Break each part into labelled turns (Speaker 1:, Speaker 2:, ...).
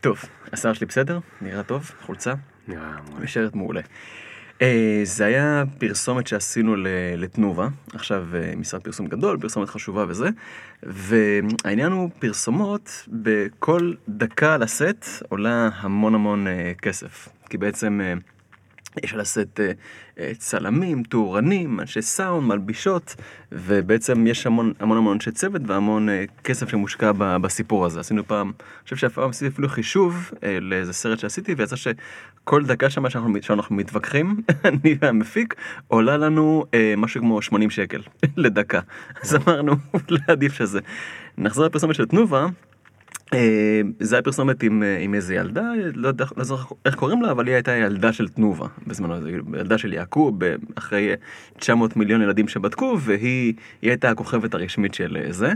Speaker 1: טוב, השיער שלי בסדר? נראה טוב? חולצה?
Speaker 2: נראה מעולה.
Speaker 1: נשארת מעולה. זה היה פרסומת שעשינו לתנובה, עכשיו משרד פרסום גדול, פרסומת חשובה וזה, והעניין הוא פרסומות בכל דקה לסט עולה המון המון כסף, כי בעצם יש על הסט צלמים, תאורנים, אנשי סאונד, מלבישות, ובעצם יש המון המון אנשי צוות והמון כסף שמושקע בסיפור הזה. עשינו פעם, אני חושב שאפילו עשיתי אפילו חישוב לאיזה סרט שעשיתי, ויצא שכל דקה שמה שאנחנו מתווכחים, אני והמפיק, עולה לנו משהו כמו 80 שקל לדקה. אז אמרנו, לא עדיף שזה. נחזור לפרסומת של תנובה, זה היה פרסומת עם איזה ילדה, לא זוכר איך קוראים לה, אבל היא הייתה ילדה של תנובה בזמנו, ילדה של יעקוב, אחרי 900 מיליון ילדים שבדקו, והיא הייתה הכוכבת הרשמית של זה,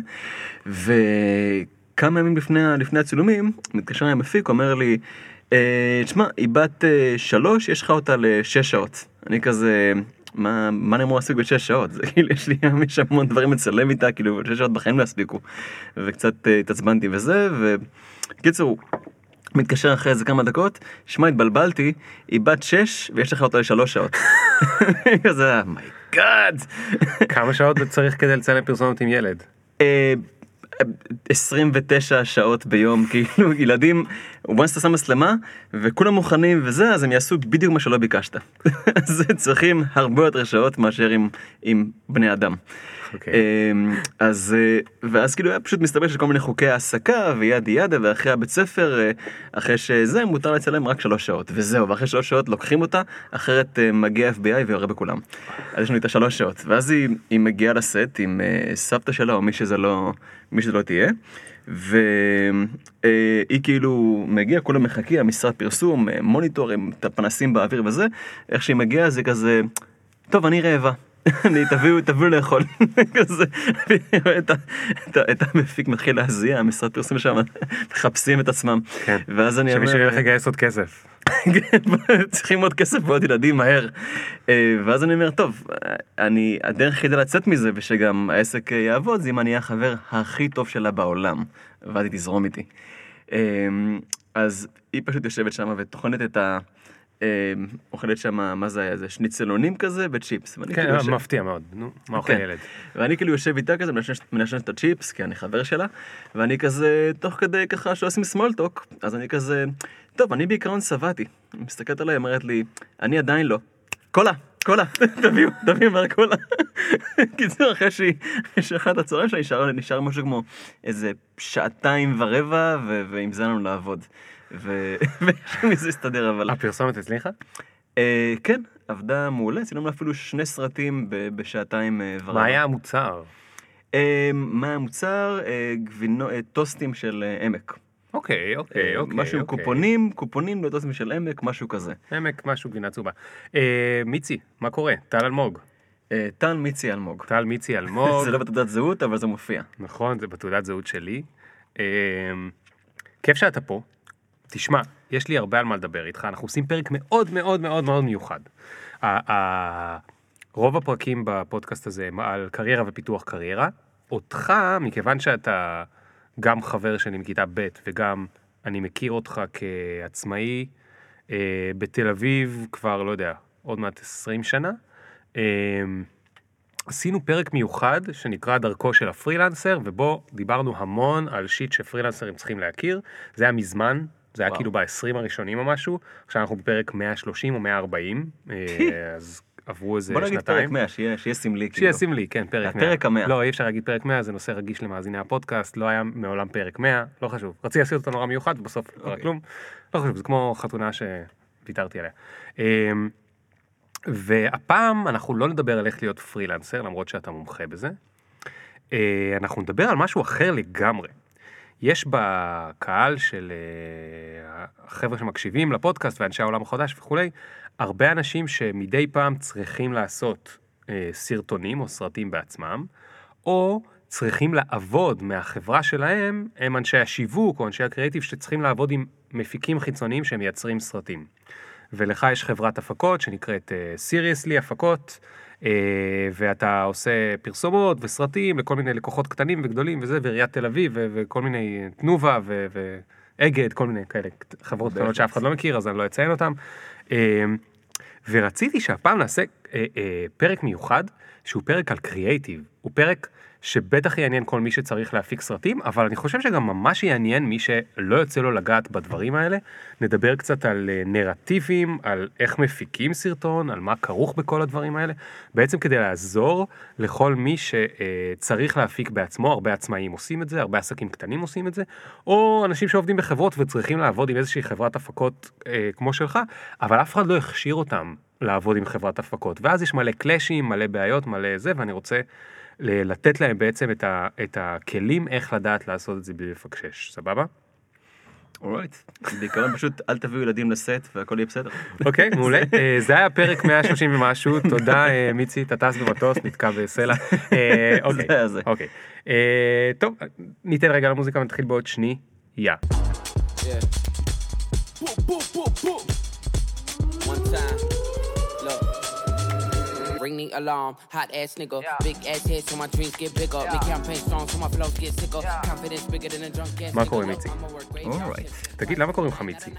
Speaker 1: וכמה ימים לפני הצילומים, מתקשר עם המפיק, אומר לי, תשמע, היא בת 3, יש לך אותה ל6 שעות. אני כזה, מה אני אמור להספיק ב6 שעות? זה כאילו, יש המון דברים לצלם איתה, כאילו, 6 שעות בחיים לא הספיקו. וקצת התעצבנתי וזה, וקיצור, מתקשר אחרי איזה כמה דקות, שמע, התבלבלתי, היא בת 6, ויש לך אותה ל3 שעות. כזה, מי גאד!
Speaker 2: כמה שעות צריך כדי לצלם פרסומת עם ילד?
Speaker 1: 29 שעות ביום, כאילו ילדים, once אתה שם מצלמה וכולם מוכנים וזה, אז הם יעשו בדיוק מה שלא ביקשת. אז צריכים הרבה יותר שעות מאשר עם בני אדם. ואז כאילו היה פשוט מסתבר שכל מיני חוקי העסקה ויד ידה, ואחרי הבית ספר, אחרי שזה מותר לצלם רק 3 שעות, וזהו, ואחרי 3 שעות לוקחים אותה, אחרת מגיע FBI ויורה בכולם. אז יש לנו איתה 3 שעות, ואז היא מגיעה לסט עם סבתא שלה או מי שזה לא תהיה, והיא כאילו מגיעה, כולם מחכים, המשרד פרסום, מוניטורים, פנסים באוויר וזה, איך שהיא מגיעה זה כזה, טוב, אני רעבה. תביאו לאכול. כזה, אני רואה את המפיק מתחיל להזיע, המשרד פרסום שם, מחפשים את עצמם. ואז אני אומר...
Speaker 2: שמישהו ילך לגייס עוד כסף.
Speaker 1: צריכים עוד כסף ועוד ילדים מהר. ואז אני אומר, טוב, הדרך כדי לצאת מזה, ושגם העסק יעבוד, זה אם אני אהיה החבר הכי טוב שלה בעולם. ואז היא תזרום איתי. אז היא פשוט יושבת שם וטוחנת את אוכלת שם, מה זה היה? זה שניצלונים כזה וצ'יפס.
Speaker 2: כן, מפתיע מאוד. נו, מה אוכל ילד?
Speaker 1: ואני כאילו יושב איתה כזה, מנשן את הצ'יפס, כי אני חבר שלה, ואני כזה, תוך כדי ככה שעושים סמולטוק, אז אני כזה, טוב, אני בעיקרון סבתי. היא מסתכלת עליי, אומרת לי, אני עדיין לא. קולה, תביאו מהר קולה. קיצור, אחרי שאחת הצהריים שלה נשאר משהו כמו איזה 2.25 שעות, ועם זה לנו לעבוד. ומזה הסתדר, אבל...
Speaker 2: הפרסומת הצליחה?
Speaker 1: כן, עבדה מעולה, צילמנו אפילו 2 סרטים בשעתיים ורבע.
Speaker 2: מה היה המוצר?
Speaker 1: מה היה המוצר? טוסטים של עמק.
Speaker 2: אוקיי.
Speaker 1: משהו קופונים לטוסטים של עמק, משהו כזה.
Speaker 2: עמק, משהו גבינה צהובה. מיצי, מה קורה? טל אלמוג.
Speaker 1: טל מיצי אלמוג.
Speaker 2: טל מיצי אלמוג.
Speaker 1: זה לא בתעודת זהות, אבל זה מופיע.
Speaker 2: נכון, זה בתעודת זהות שלי. כיף שאתה פה. תשמע, יש לי הרבה על מה לדבר איתך, אנחנו עושים פרק מאוד מאוד מאוד מאוד מיוחד. רוב הפרקים בפודקאסט הזה הם על קריירה ופיתוח קריירה. אותך, מכיוון שאתה גם חבר שלי מכיתה ב' וגם אני מכיר אותך כעצמאי בתל אביב כבר, לא יודע, עוד מעט 20 שנה, עשינו פרק מיוחד שנקרא דרכו של הפרילנסר, ובו דיברנו המון על שיט שפרילנסרים צריכים להכיר. זה היה מזמן, זה היה כאילו ב-20 הראשונים או משהו, עכשיו אנחנו בפרק 130 או 140, אז עברו איזה שנתיים.
Speaker 1: בוא נגיד פרק 100, שיהיה סמלי.
Speaker 2: שיהיה סמלי, כן, פרק 100.
Speaker 1: הפרק 100.
Speaker 2: לא, אי אפשר להגיד פרק 100, זה נושא רגיש למאזיני הפודקאסט, לא היה מעולם פרק 100, לא חשוב. רציתי לעשות אותו נורא מיוחד, ובסוף לא כלום. לא חשוב, זה כמו חתונה שוויתרתי עליה. והפעם אנחנו לא נדבר על איך להיות פרילנסר, למרות שאתה מומחה בזה. אנחנו נדבר על משהו אחר לגמרי. יש בקהל של החבר'ה שמקשיבים לפודקאסט ואנשי העולם החדש וכולי, הרבה אנשים שמדי פעם צריכים לעשות סרטונים או סרטים בעצמם, או צריכים לעבוד מהחברה שלהם, הם אנשי השיווק או אנשי הקריאיטיב שצריכים לעבוד עם מפיקים חיצוניים שהם מייצרים סרטים. ולך יש חברת הפקות שנקראת Seriously הפקות, ואתה עושה פרסומות וסרטים לכל מיני לקוחות קטנים וגדולים וזה, ועיריית תל אביב וכל מיני תנובה אגד, כל מיני כאלה חברות קטנות שאף אחד לא מכיר, אז אני לא אציין אותם. ורציתי שהפעם נעשה פרק מיוחד, שהוא פרק על קריאייטיב. הוא פרק שבטח יעניין כל מי שצריך להפיק סרטים, אבל אני חושב שגם ממש יעניין מי שלא יוצא לו לגעת בדברים האלה. נדבר קצת על נרטיבים, על איך מפיקים סרטון, על מה כרוך בכל הדברים האלה. בעצם כדי לעזור לכל מי שצריך להפיק בעצמו, הרבה עצמאים עושים את זה, הרבה עסקים קטנים עושים את זה, או אנשים שעובדים בחברות וצריכים לעבוד עם איזושהי חברת הפקות כמו שלך, אבל אף אחד לא הכשיר אותם לעבוד עם חברת הפקות. ואז יש מלא קלאשים, מלא בעיות, מלא זה, ואני רוצה לתת להם בעצם את הכלים איך לדעת לעשות את זה בלי לפקשש, סבבה?
Speaker 1: אורייט, בעיקרון פשוט אל תביאו ילדים לסט והכל יהיה בסדר.
Speaker 2: אוקיי, מעולה. זה היה פרק 130 ומשהו, תודה מיצי, אתה טס במטוס, נתקע בסלע. אוקיי, טוב, ניתן רגע למוזיקה ונתחיל בעוד שני, יא.
Speaker 3: Ring the alarm, hot ass nigga, big ass head so my dreams get bigger, big campaign strong so my flows get sicker, confidence bigger than a drunk ass.
Speaker 2: מה קורה מיצי?
Speaker 1: אורייט.
Speaker 2: תגיד, למה קוראים לך מיצי?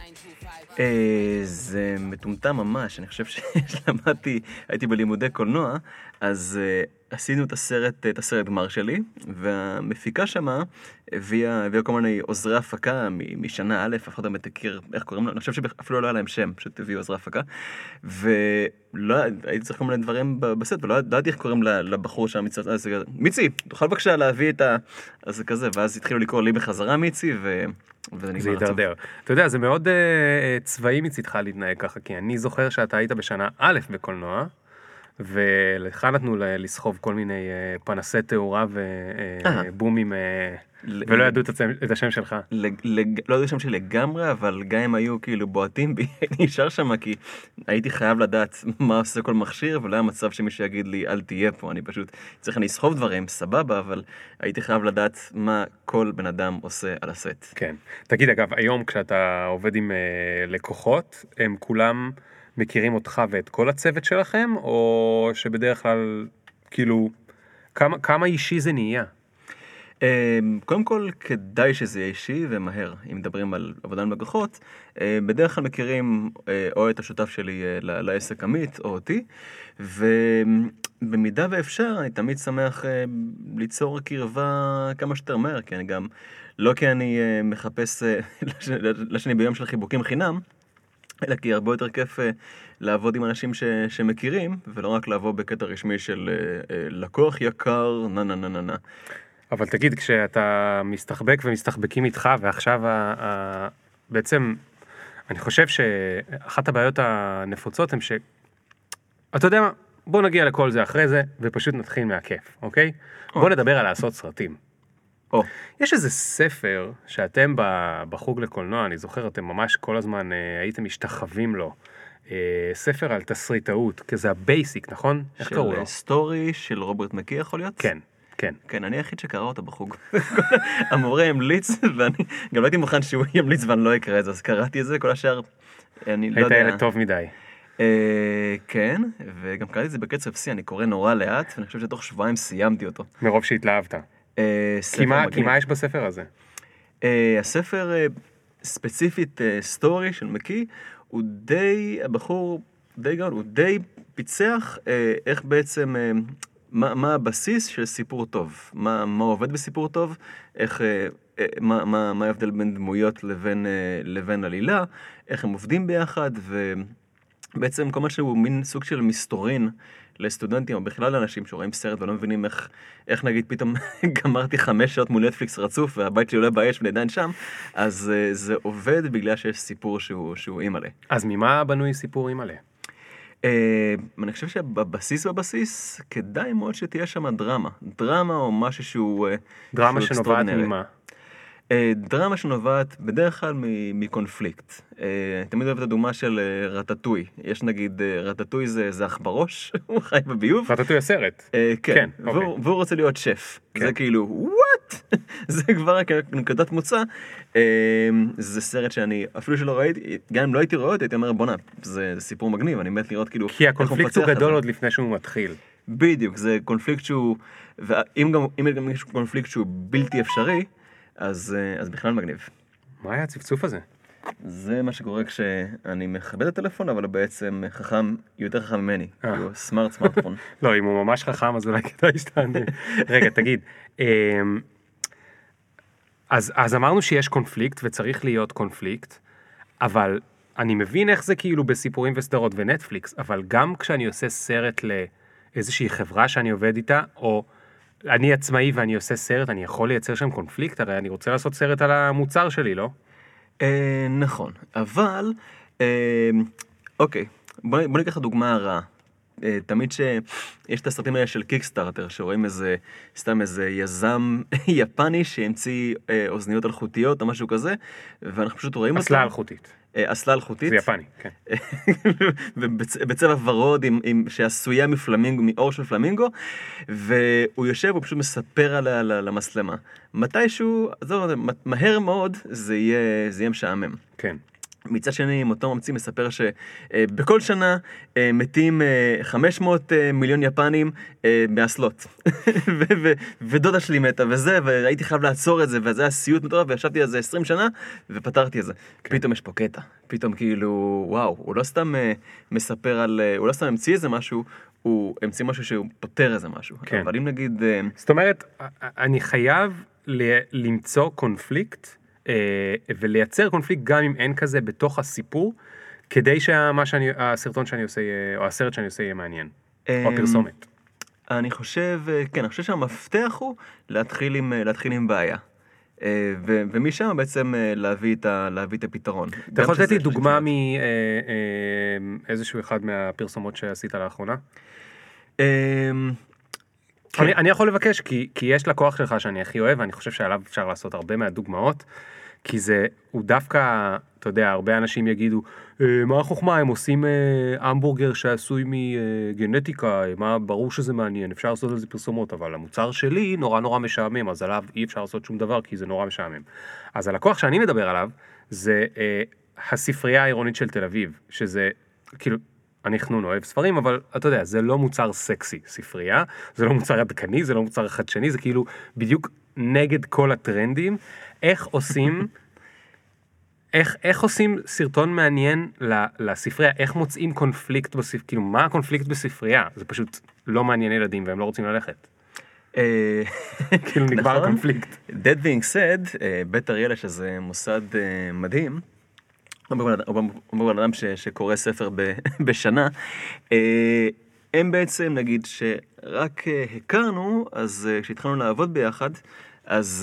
Speaker 1: זה מטומטם ממש, אני חושב שלמדתי, הייתי בלימודי קולנוע, אז עשינו את הסרט גמר שלי, והמפיקה שמה הביאה כל מיני עוזרי הפקה משנה א', אף אחד לא מכיר איך קוראים לו, אני חושב שאפילו לא היה להם שם, פשוט הביאו עוזרי הפקה, והייתי צריך כל מיני דברים בסרט, ולא ידעתי איך קוראים לבחור שם, מיצי, תוכל בבקשה להביא את אז כזה, ואז התחילו לקרוא לי בחזרה מיצי,
Speaker 2: זה ידרדר. אתה יודע, זה מאוד צבאי מצידך להתנהג ככה, כי אני זוכר שאתה היית בשנה א' בקולנוע, ולך נתנו לסחוב כל מיני פנסי תאורה ובומים, ולא ידעו את השם שלך.
Speaker 1: לא ידעו את השם שלי לגמרי, אבל גם הם היו כאילו בועטים בי, אני נשאר שם, כי הייתי חייב לדעת מה עושה כל מכשיר, ולא היה מצב שמישהו יגיד לי, אל תהיה פה, אני פשוט צריך לסחוב דברים, סבבה, אבל הייתי חייב לדעת מה כל בן אדם עושה על הסט.
Speaker 2: כן. תגיד, אגב, היום כשאתה עובד עם לקוחות, הם כולם מכירים אותך ואת כל הצוות שלכם, או שבדרך כלל, כאילו, כמה אישי זה נהיה?
Speaker 1: קודם כל, כדאי שזה יהיה אישי ומהר. אם מדברים על עבודה עם לקוחות, בדרך כלל מכירים או את השותף שלי לעסק עמית, או אותי, ובמידה ואפשר, אני תמיד שמח ליצור קרבה כמה שיותר מהר, כי אני גם, לא כי אני מחפש לשני ביום של חיבוקים חינם, אלא כי הרבה יותר כיף לעבוד עם אנשים שמכירים, ולא רק לעבוד בקטע רשמי של לקוח יקר, נה.
Speaker 2: אבל תגיד, כשאתה מסתחבק ומסתחבקים איתך, ועכשיו בעצם, אני חושב שאחת הבעיות הנפוצות הם אתה יודע מה, בוא נגיע לכל זה אחרי זה, ופשוט נתחיל מהכיף, אוקיי? בוא נדבר על לעשות סרטים. יש איזה ספר שאתם בחוג לקולנוע, אני זוכר, אתם ממש כל הזמן הייתם משתחווים לו, ספר על תסריטאות, כי זה הבייסיק, נכון? איך קראו לו?
Speaker 1: סטורי של רוברט מקי יכול להיות?
Speaker 2: כן.
Speaker 1: כן, אני היחיד שקרא אותה בחוג. המורה המליץ, ואני גם לא הייתי מוכן שהוא ימליץ ואני לא אקרא את זה, אז קראתי את זה, כל השאר, אני לא יודע.
Speaker 2: היית ילד טוב מדי.
Speaker 1: כן, וגם קראתי את זה בקצב C, אני קורא נורא לאט, ואני חושב שתוך שבועיים סיימתי אותו.
Speaker 2: מרוב שהתלהבת. כי מה יש בספר הזה?
Speaker 1: הספר ספציפית סטורי של מקי, הוא די, הבחור די גאון, הוא די פיצח איך בעצם, מה הבסיס של סיפור טוב, מה עובד בסיפור טוב, מה ההבדל בין דמויות לבין עלילה, איך הם עובדים ביחד, ובעצם כל מה שהוא מין סוג של מסתורין לסטודנטים, או בכלל לאנשים שרואים סרט ולא מבינים איך נגיד פתאום גמרתי 5 שעות מול נטפליקס רצוף, והבית שלי עולה באש ואני עדיין שם, אז זה עובד בגלל שיש סיפור שהוא אימאלה.
Speaker 2: אז ממה בנוי סיפור אימאלה?
Speaker 1: אני חושב שבבסיס, כדאי מאוד שתהיה שם דרמה או משהו שהוא
Speaker 2: דרמה שנובעת ממה?
Speaker 1: דרמה שנובעת בדרך כלל מקונפליקט. תמיד אוהב את הדוגמה של רטטוי. יש נגיד, רטטוי זה אח בראש, הוא חי בביוב.
Speaker 2: רטטוי הסרט.
Speaker 1: כן, והוא רוצה להיות שף. זה כאילו, what? זה כבר נקודת מוצא. זה סרט שאני אפילו שלא ראיתי, גם אם לא הייתי רואה, הייתי אומר, בונה, זה סיפור מגניב, אני מת לראות כאילו...
Speaker 2: כי הקונפליקט הוא גדול עוד לפני שהוא מתחיל.
Speaker 1: בדיוק, זה קונפליקט שהוא, ואם גם יש קונפליקט שהוא בלתי אפשרי, אז בכלל מגניב.
Speaker 2: מה היה הצפצוף הזה?
Speaker 1: זה מה שקורה כשאני מכבד את הטלפון, אבל הוא בעצם חכם, יותר חכם ממני. הוא סמארטפון.
Speaker 2: לא, אם הוא ממש חכם, אז אולי כדאי שתענה. רגע, תגיד. אז אמרנו שיש קונפליקט, וצריך להיות קונפליקט, אבל אני מבין איך זה כאילו בסיפורים וסדרות ונטפליקס, אבל גם כשאני עושה סרט לאיזושהי חברה שאני עובד איתה, או אני עצמאי ואני עושה סרט, אני יכול לייצר שם קונפליקט, הרי אני רוצה לעשות סרט על המוצר שלי, לא?
Speaker 1: נכון, אבל, אוקיי, בוא ניקח דוגמה רעה. תמיד שיש את הסרטים האלה של קיקסטארטר, שרואים סתם איזה יזם יפני שהמציא אוזניות אלחוטיות או משהו כזה, ואנחנו פשוט רואים אותם.
Speaker 2: אסלה אלחוטית.
Speaker 1: אסלה אלחוטית.
Speaker 2: זה יפני, כן.
Speaker 1: ובצבע ורוד שעשויה מאור של פלמינגו, והוא יושב ופשוט מספר על המצלמה. מתישהו, מהר מאוד, זה יהיה משעמם.
Speaker 2: כן.
Speaker 1: מצד שני, אותו ממציא מספר שבכל שנה מתים 500 מיליון יפנים מאסלות. ודודה שלי מתה וזה, והייתי חייב לעצור את זה, וזה היה סיוט מטורף, וישבתי על זה 20 שנה, ופתרתי את זה. פתאום יש פה קטע. פתאום כאילו, וואו, הוא לא סתם מספר הוא לא סתם המציא איזה משהו, הוא המציא משהו שהוא פותר איזה משהו.
Speaker 2: כן.
Speaker 1: אבל אם נגיד...
Speaker 2: זאת אומרת, אני חייב למצוא קונפליקט, ולייצר קונפליקט גם אם אין כזה בתוך הסיפור, כדי שהסרטון שאני עושה, או הסרט שאני עושה יהיה מעניין, או הפרסומת.
Speaker 1: אני חושב, כן, אני חושב שהמפתח הוא להתחיל עם בעיה. ומשם בעצם להביא את הפתרון.
Speaker 2: אתה יכול לתת לי דוגמה מאיזשהו אחד מהפרסומות שעשית לאחרונה? אני יכול לבקש, כי יש לקוח שלך שאני הכי אוהב, ואני חושב שעליו אפשר לעשות הרבה מהדוגמאות, כי הוא דווקא, אתה יודע, הרבה אנשים יגידו, מה החוכמה, הם עושים המבורגר שעשוי מגנטיקה, ברור שזה מעניין, אפשר לעשות על זה פרסומות, אבל המוצר שלי נורא נורא משעמם, אז עליו אי אפשר לעשות שום דבר, כי זה נורא משעמם. אז הלקוח שאני מדבר עליו, זה הספרייה העירונית של תל אביב, שזה, כאילו, אני חנון אוהב ספרים, אבל אתה יודע, זה לא מוצר סקסי, ספרייה, זה לא מוצר עדכני, זה לא מוצר חדשני, זה כאילו בדיוק נגד כל הטרנדים. איך עושים סרטון מעניין לספרייה? איך מוצאים קונפליקט בספרייה? כאילו, מה הקונפליקט בספרייה? זה פשוט לא מעניין ילדים, והם לא רוצים ללכת. כאילו נגבר הקונפליקט.
Speaker 1: That being said, בית אריאלה, שזה מוסד מדהים, אומר בן אדם שקורא ספר בשנה, הם בעצם, נגיד, שרק הכרנו, אז כשהתחלנו לעבוד ביחד, אז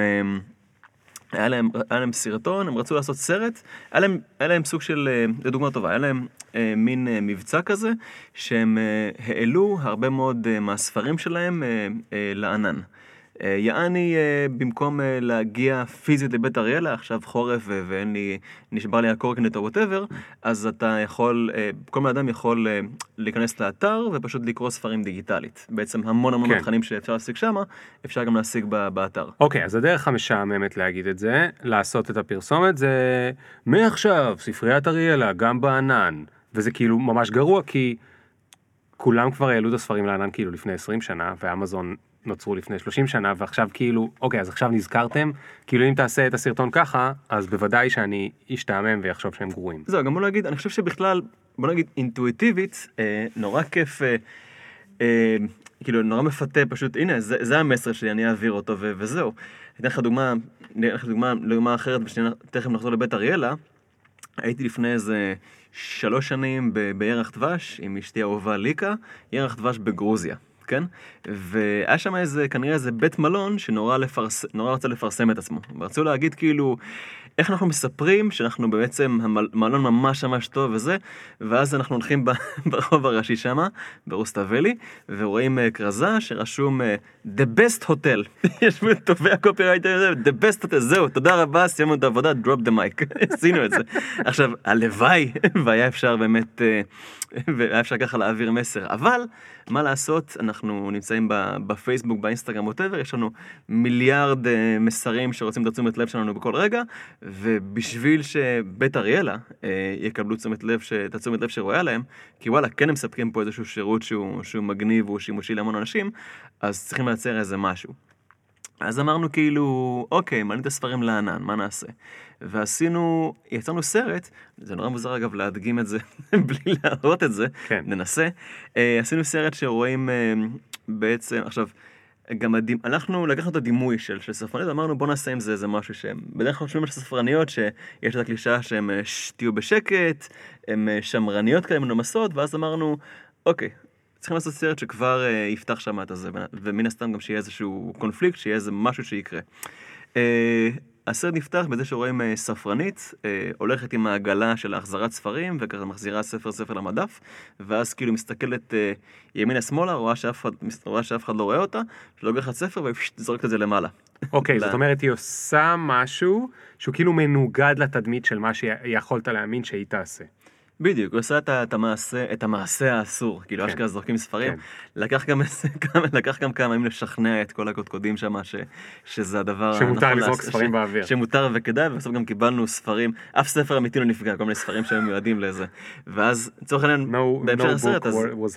Speaker 1: היה להם סרטון, הם רצו לעשות סרט, היה להם סוג של, לדוגמה טובה, היה להם מין מבצע כזה, שהם העלו הרבה מאוד מהספרים שלהם לענן. יעני, במקום להגיע פיזית לבית אריאלה, עכשיו חורף נשבר לי הקורקינט או whatever, אז אתה יכול, כל בן אדם יכול להיכנס לאתר ופשוט לקרוא ספרים דיגיטלית. בעצם המון תכנים שאפשר להשיג שמה, אפשר גם להשיג באתר.
Speaker 2: אוקיי, אז הדרך המשעממת להגיד את זה, לעשות את הפרסומת, זה מעכשיו, ספריית אריאלה, גם בענן, וזה כאילו ממש גרוע, כי כולם כבר העלו את הספרים לענן כאילו לפני 20 שנה, ואמזון נוצרו לפני 30 שנה, ועכשיו כאילו, אוקיי, אז עכשיו נזכרתם, כאילו אם תעשה את הסרטון ככה, אז בוודאי שאני אשתעמם ויחשוב שהם גרועים.
Speaker 1: זהו, גם בוא נגיד, אני חושב שבכלל, בוא נגיד, אינטואיטיבית, נורא כיף, כאילו, נורא מפתה, פשוט, הנה, זה המסר שלי, אני אעביר אותו, וזהו. אתן לך דוגמה אחרת, תכף נחזור לבית אריאלה, הייתי לפני איזה 3 שנים בירח דבש, עם אשתי האהובה ליקה, ירח דבש בגרוזיה. כן? והיה שם כנראה איזה בית מלון שנורא רצה לפרסם את עצמו. ורצו להגיד כאילו, איך אנחנו מספרים שאנחנו בעצם המלון ממש ממש טוב וזה, ואז אנחנו הולכים ברחוב הראשי שמה, ברוסטבלי, ורואים קרזה שרשום The Best Hotel. יש טובי הקופירייטר, The Best Hotel, זהו, תודה רבה, סיימנו את העבודה, drop the mic. עשינו את זה. עכשיו, הלוואי, והיה אפשר באמת, והיה אפשר ככה להעביר מסר, אבל מה לעשות, אנחנו נמצאים בפייסבוק, באינסטגרם, whatever, יש לנו מיליארד מסרים שרוצים את תשומת לב שלנו בכל רגע, ובשביל שבית אריאלה יקבלו את התשומת לב שרואה להם, כי וואלה, כן הם מספקים פה איזשהו שירות שהוא מגניב והוא שימושי להמון אנשים, אז צריכים לייצר איזה משהו. אז אמרנו כאילו, אוקיי, מעלים את הספרים לענן, מה נעשה? יצרנו סרט, זה נורא מוזר אגב להדגים את זה בלי להראות את זה,
Speaker 2: כן.
Speaker 1: ננסה. עשינו סרט שרואים בעצם, עכשיו, גם אנחנו לקחנו את הדימוי של ספרניות, ואמרנו בוא נעשה עם זה איזה משהו שהם, בדרך כלל חושבים על ספרניות שיש את הקלישה שהם שתהיו בשקט, הם שמרניות כאלה מנומסות, ואז אמרנו, אוקיי, צריכים לעשות סרט שכבר יפתח שם את הזה, ומן הסתם גם שיהיה איזשהו קונפליקט, שיהיה איזה משהו שיקרה. הסרט נפתח בזה שרואים ספרנית, הולכת עם העגלה של החזרת ספרים, וככה מחזירה ספר למדף, ואז כאילו מסתכלת ימינה-שמאלה, רואה שאף אחד לא רואה אותה, שלוקחת ספר וזורקת את זה למעלה.
Speaker 2: אוקיי, זאת אומרת, היא עושה משהו שהוא כאילו מנוגד לתדמית של מה שיכולת להאמין שהיא תעשה.
Speaker 1: בדיוק, הוא עושה את המעשה האסור, כאילו אשכרה זורקים ספרים, לקח גם כמה ימים לשכנע את כל הקודקודים שם, שזה הדבר הנכון,
Speaker 2: שמותר לזרוק ספרים באוויר.
Speaker 1: שמותר וכדאי, ובסוף גם קיבלנו ספרים, אף ספר אמיתי לא נפגע, כל מיני ספרים שהם מיועדים לזה, ואז צורך העניין, בהמשך הסרט,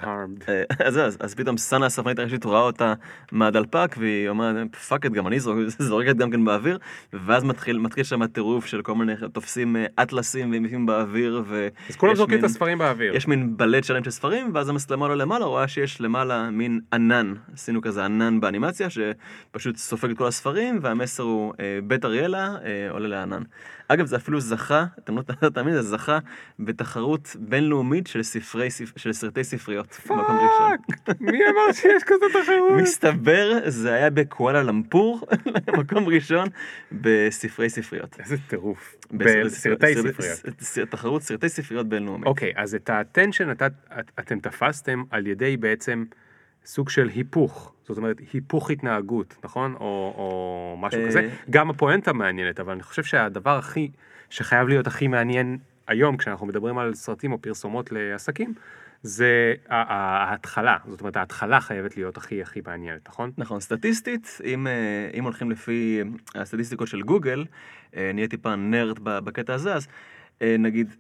Speaker 1: אז פתאום סנה הספרנית הראשית רואה אותה מהדלפק, והיא אומרת, פאקט, גם אני זורקת גם כן באוויר, ואז מתחיל שם הטירוף של כל מיני תופסים אטלסים ומיפים באוויר,
Speaker 2: כולם זורקים את הספרים באוויר.
Speaker 1: יש מין בלט שלם של ספרים, ואז המצלמה עולה למעלה, רואה שיש למעלה מין ענן. עשינו כזה ענן באנימציה, שפשוט סופג את כל הספרים, והמסר הוא בית אריאלה עולה לענן. אגב, זה אפילו זכה, אתם לא תאמין, זה זכה בתחרות בינלאומית של סרטי ספריות.
Speaker 2: פאק! מי אמר שיש כזאת תחרות?
Speaker 1: מסתבר, זה היה בקואלה למפור, מקום ראשון, בספרי ספריות.
Speaker 2: איזה טירוף. בסרטי ספריות.
Speaker 1: תחרות סרטי ספריות בינלאומית.
Speaker 2: אוקיי, אז את האטנשן אתם תפסתם על ידי בעצם סוג של היפוך. זאת אומרת, היפוך התנהגות, נכון? או משהו כזה. גם הפואנטה מעניינת, אבל אני חושב שהדבר שחייב להיות הכי מעניין היום, כשאנחנו מדברים על סרטים או פרסומות לעסקים, זה ההתחלה. זאת אומרת, ההתחלה חייבת להיות הכי מעניינת, נכון?
Speaker 1: נכון, סטטיסטית, אם הולכים לפי הסטטיסטיקות של גוגל, נהיה טיפה נרד בקטע הזה, אז נגיד,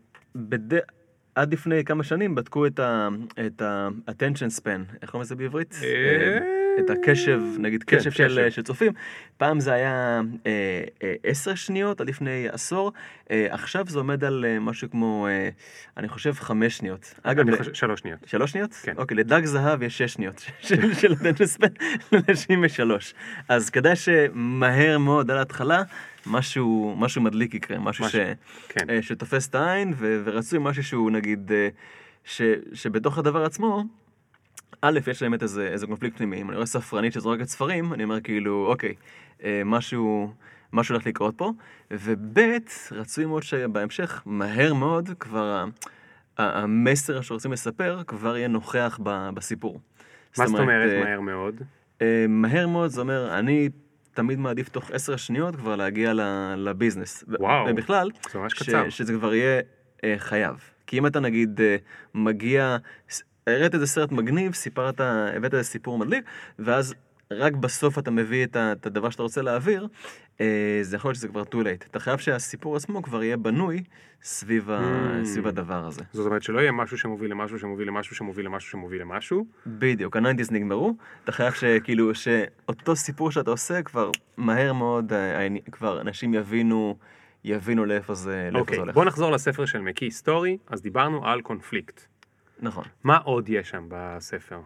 Speaker 1: עד לפני כמה שנים בדקו את ה-attention span, איך קוראים לזה בעברית? את הקשב, נגיד קשב של צופים. פעם זה היה 10 שניות, עד לפני עשור. עכשיו זה עומד על משהו כמו, אני חושב 5 שניות.
Speaker 2: אני חושב 3 שניות.
Speaker 1: 3 שניות?
Speaker 2: כן.
Speaker 1: אוקיי, לדג זהב יש 6 שניות של attention span, לאנשים 3. אז כדאי שמהר מאוד על ההתחלה, משהו מדליק יקרה, משהו שתופס את העין, ורצוי משהו שהוא נגיד, שבתוך הדבר עצמו, א', יש להם את איזה קונפליקט פנימי. אם אני רואה ספרנית שזורקת ספרים, אני אומר כאילו, אוקיי, משהו הולך לקרות פה, וב', רצוי מאוד שבהמשך, מהר מאוד, כבר המסר שרוצים לספר, כבר יהיה נוכח בסיפור.
Speaker 2: מה זאת אומרת מהר מאוד?
Speaker 1: מהר מאוד, זה אומר, אני תמיד מעדיף תוך 10 שניות כבר להגיע לביזנס.
Speaker 2: וואו,
Speaker 1: ובכלל,
Speaker 2: זה ממש קצר.
Speaker 1: שזה כבר יהיה חייב. כי אם אתה נגיד מגיע, הראת איזה סרט מגניב, הבאת איזה סיפור מדליק, ואז רק בסוף אתה מביא את הדבר שאתה רוצה להעביר, זה יכול להיות שזה כבר too late. אתה חייב שהסיפור עצמו כבר יהיה בנוי סביב הדבר הזה.
Speaker 2: זאת אומרת שלא יהיה משהו שמוביל למשהו, שמוביל למשהו, שמוביל למשהו, שמוביל למשהו.
Speaker 1: בדיוק, ה-90s נגמרו, אתה חייב שכאילו, שאותו סיפור שאתה עושה כבר מהר מאוד, כבר אנשים יבינו לאיפה זה הולך.
Speaker 2: אוקיי, בוא נחזור לספר של מקי היסטורי, אז דיברנו על קונפליקט.
Speaker 1: נכון.
Speaker 2: מה עוד יש שם בספר?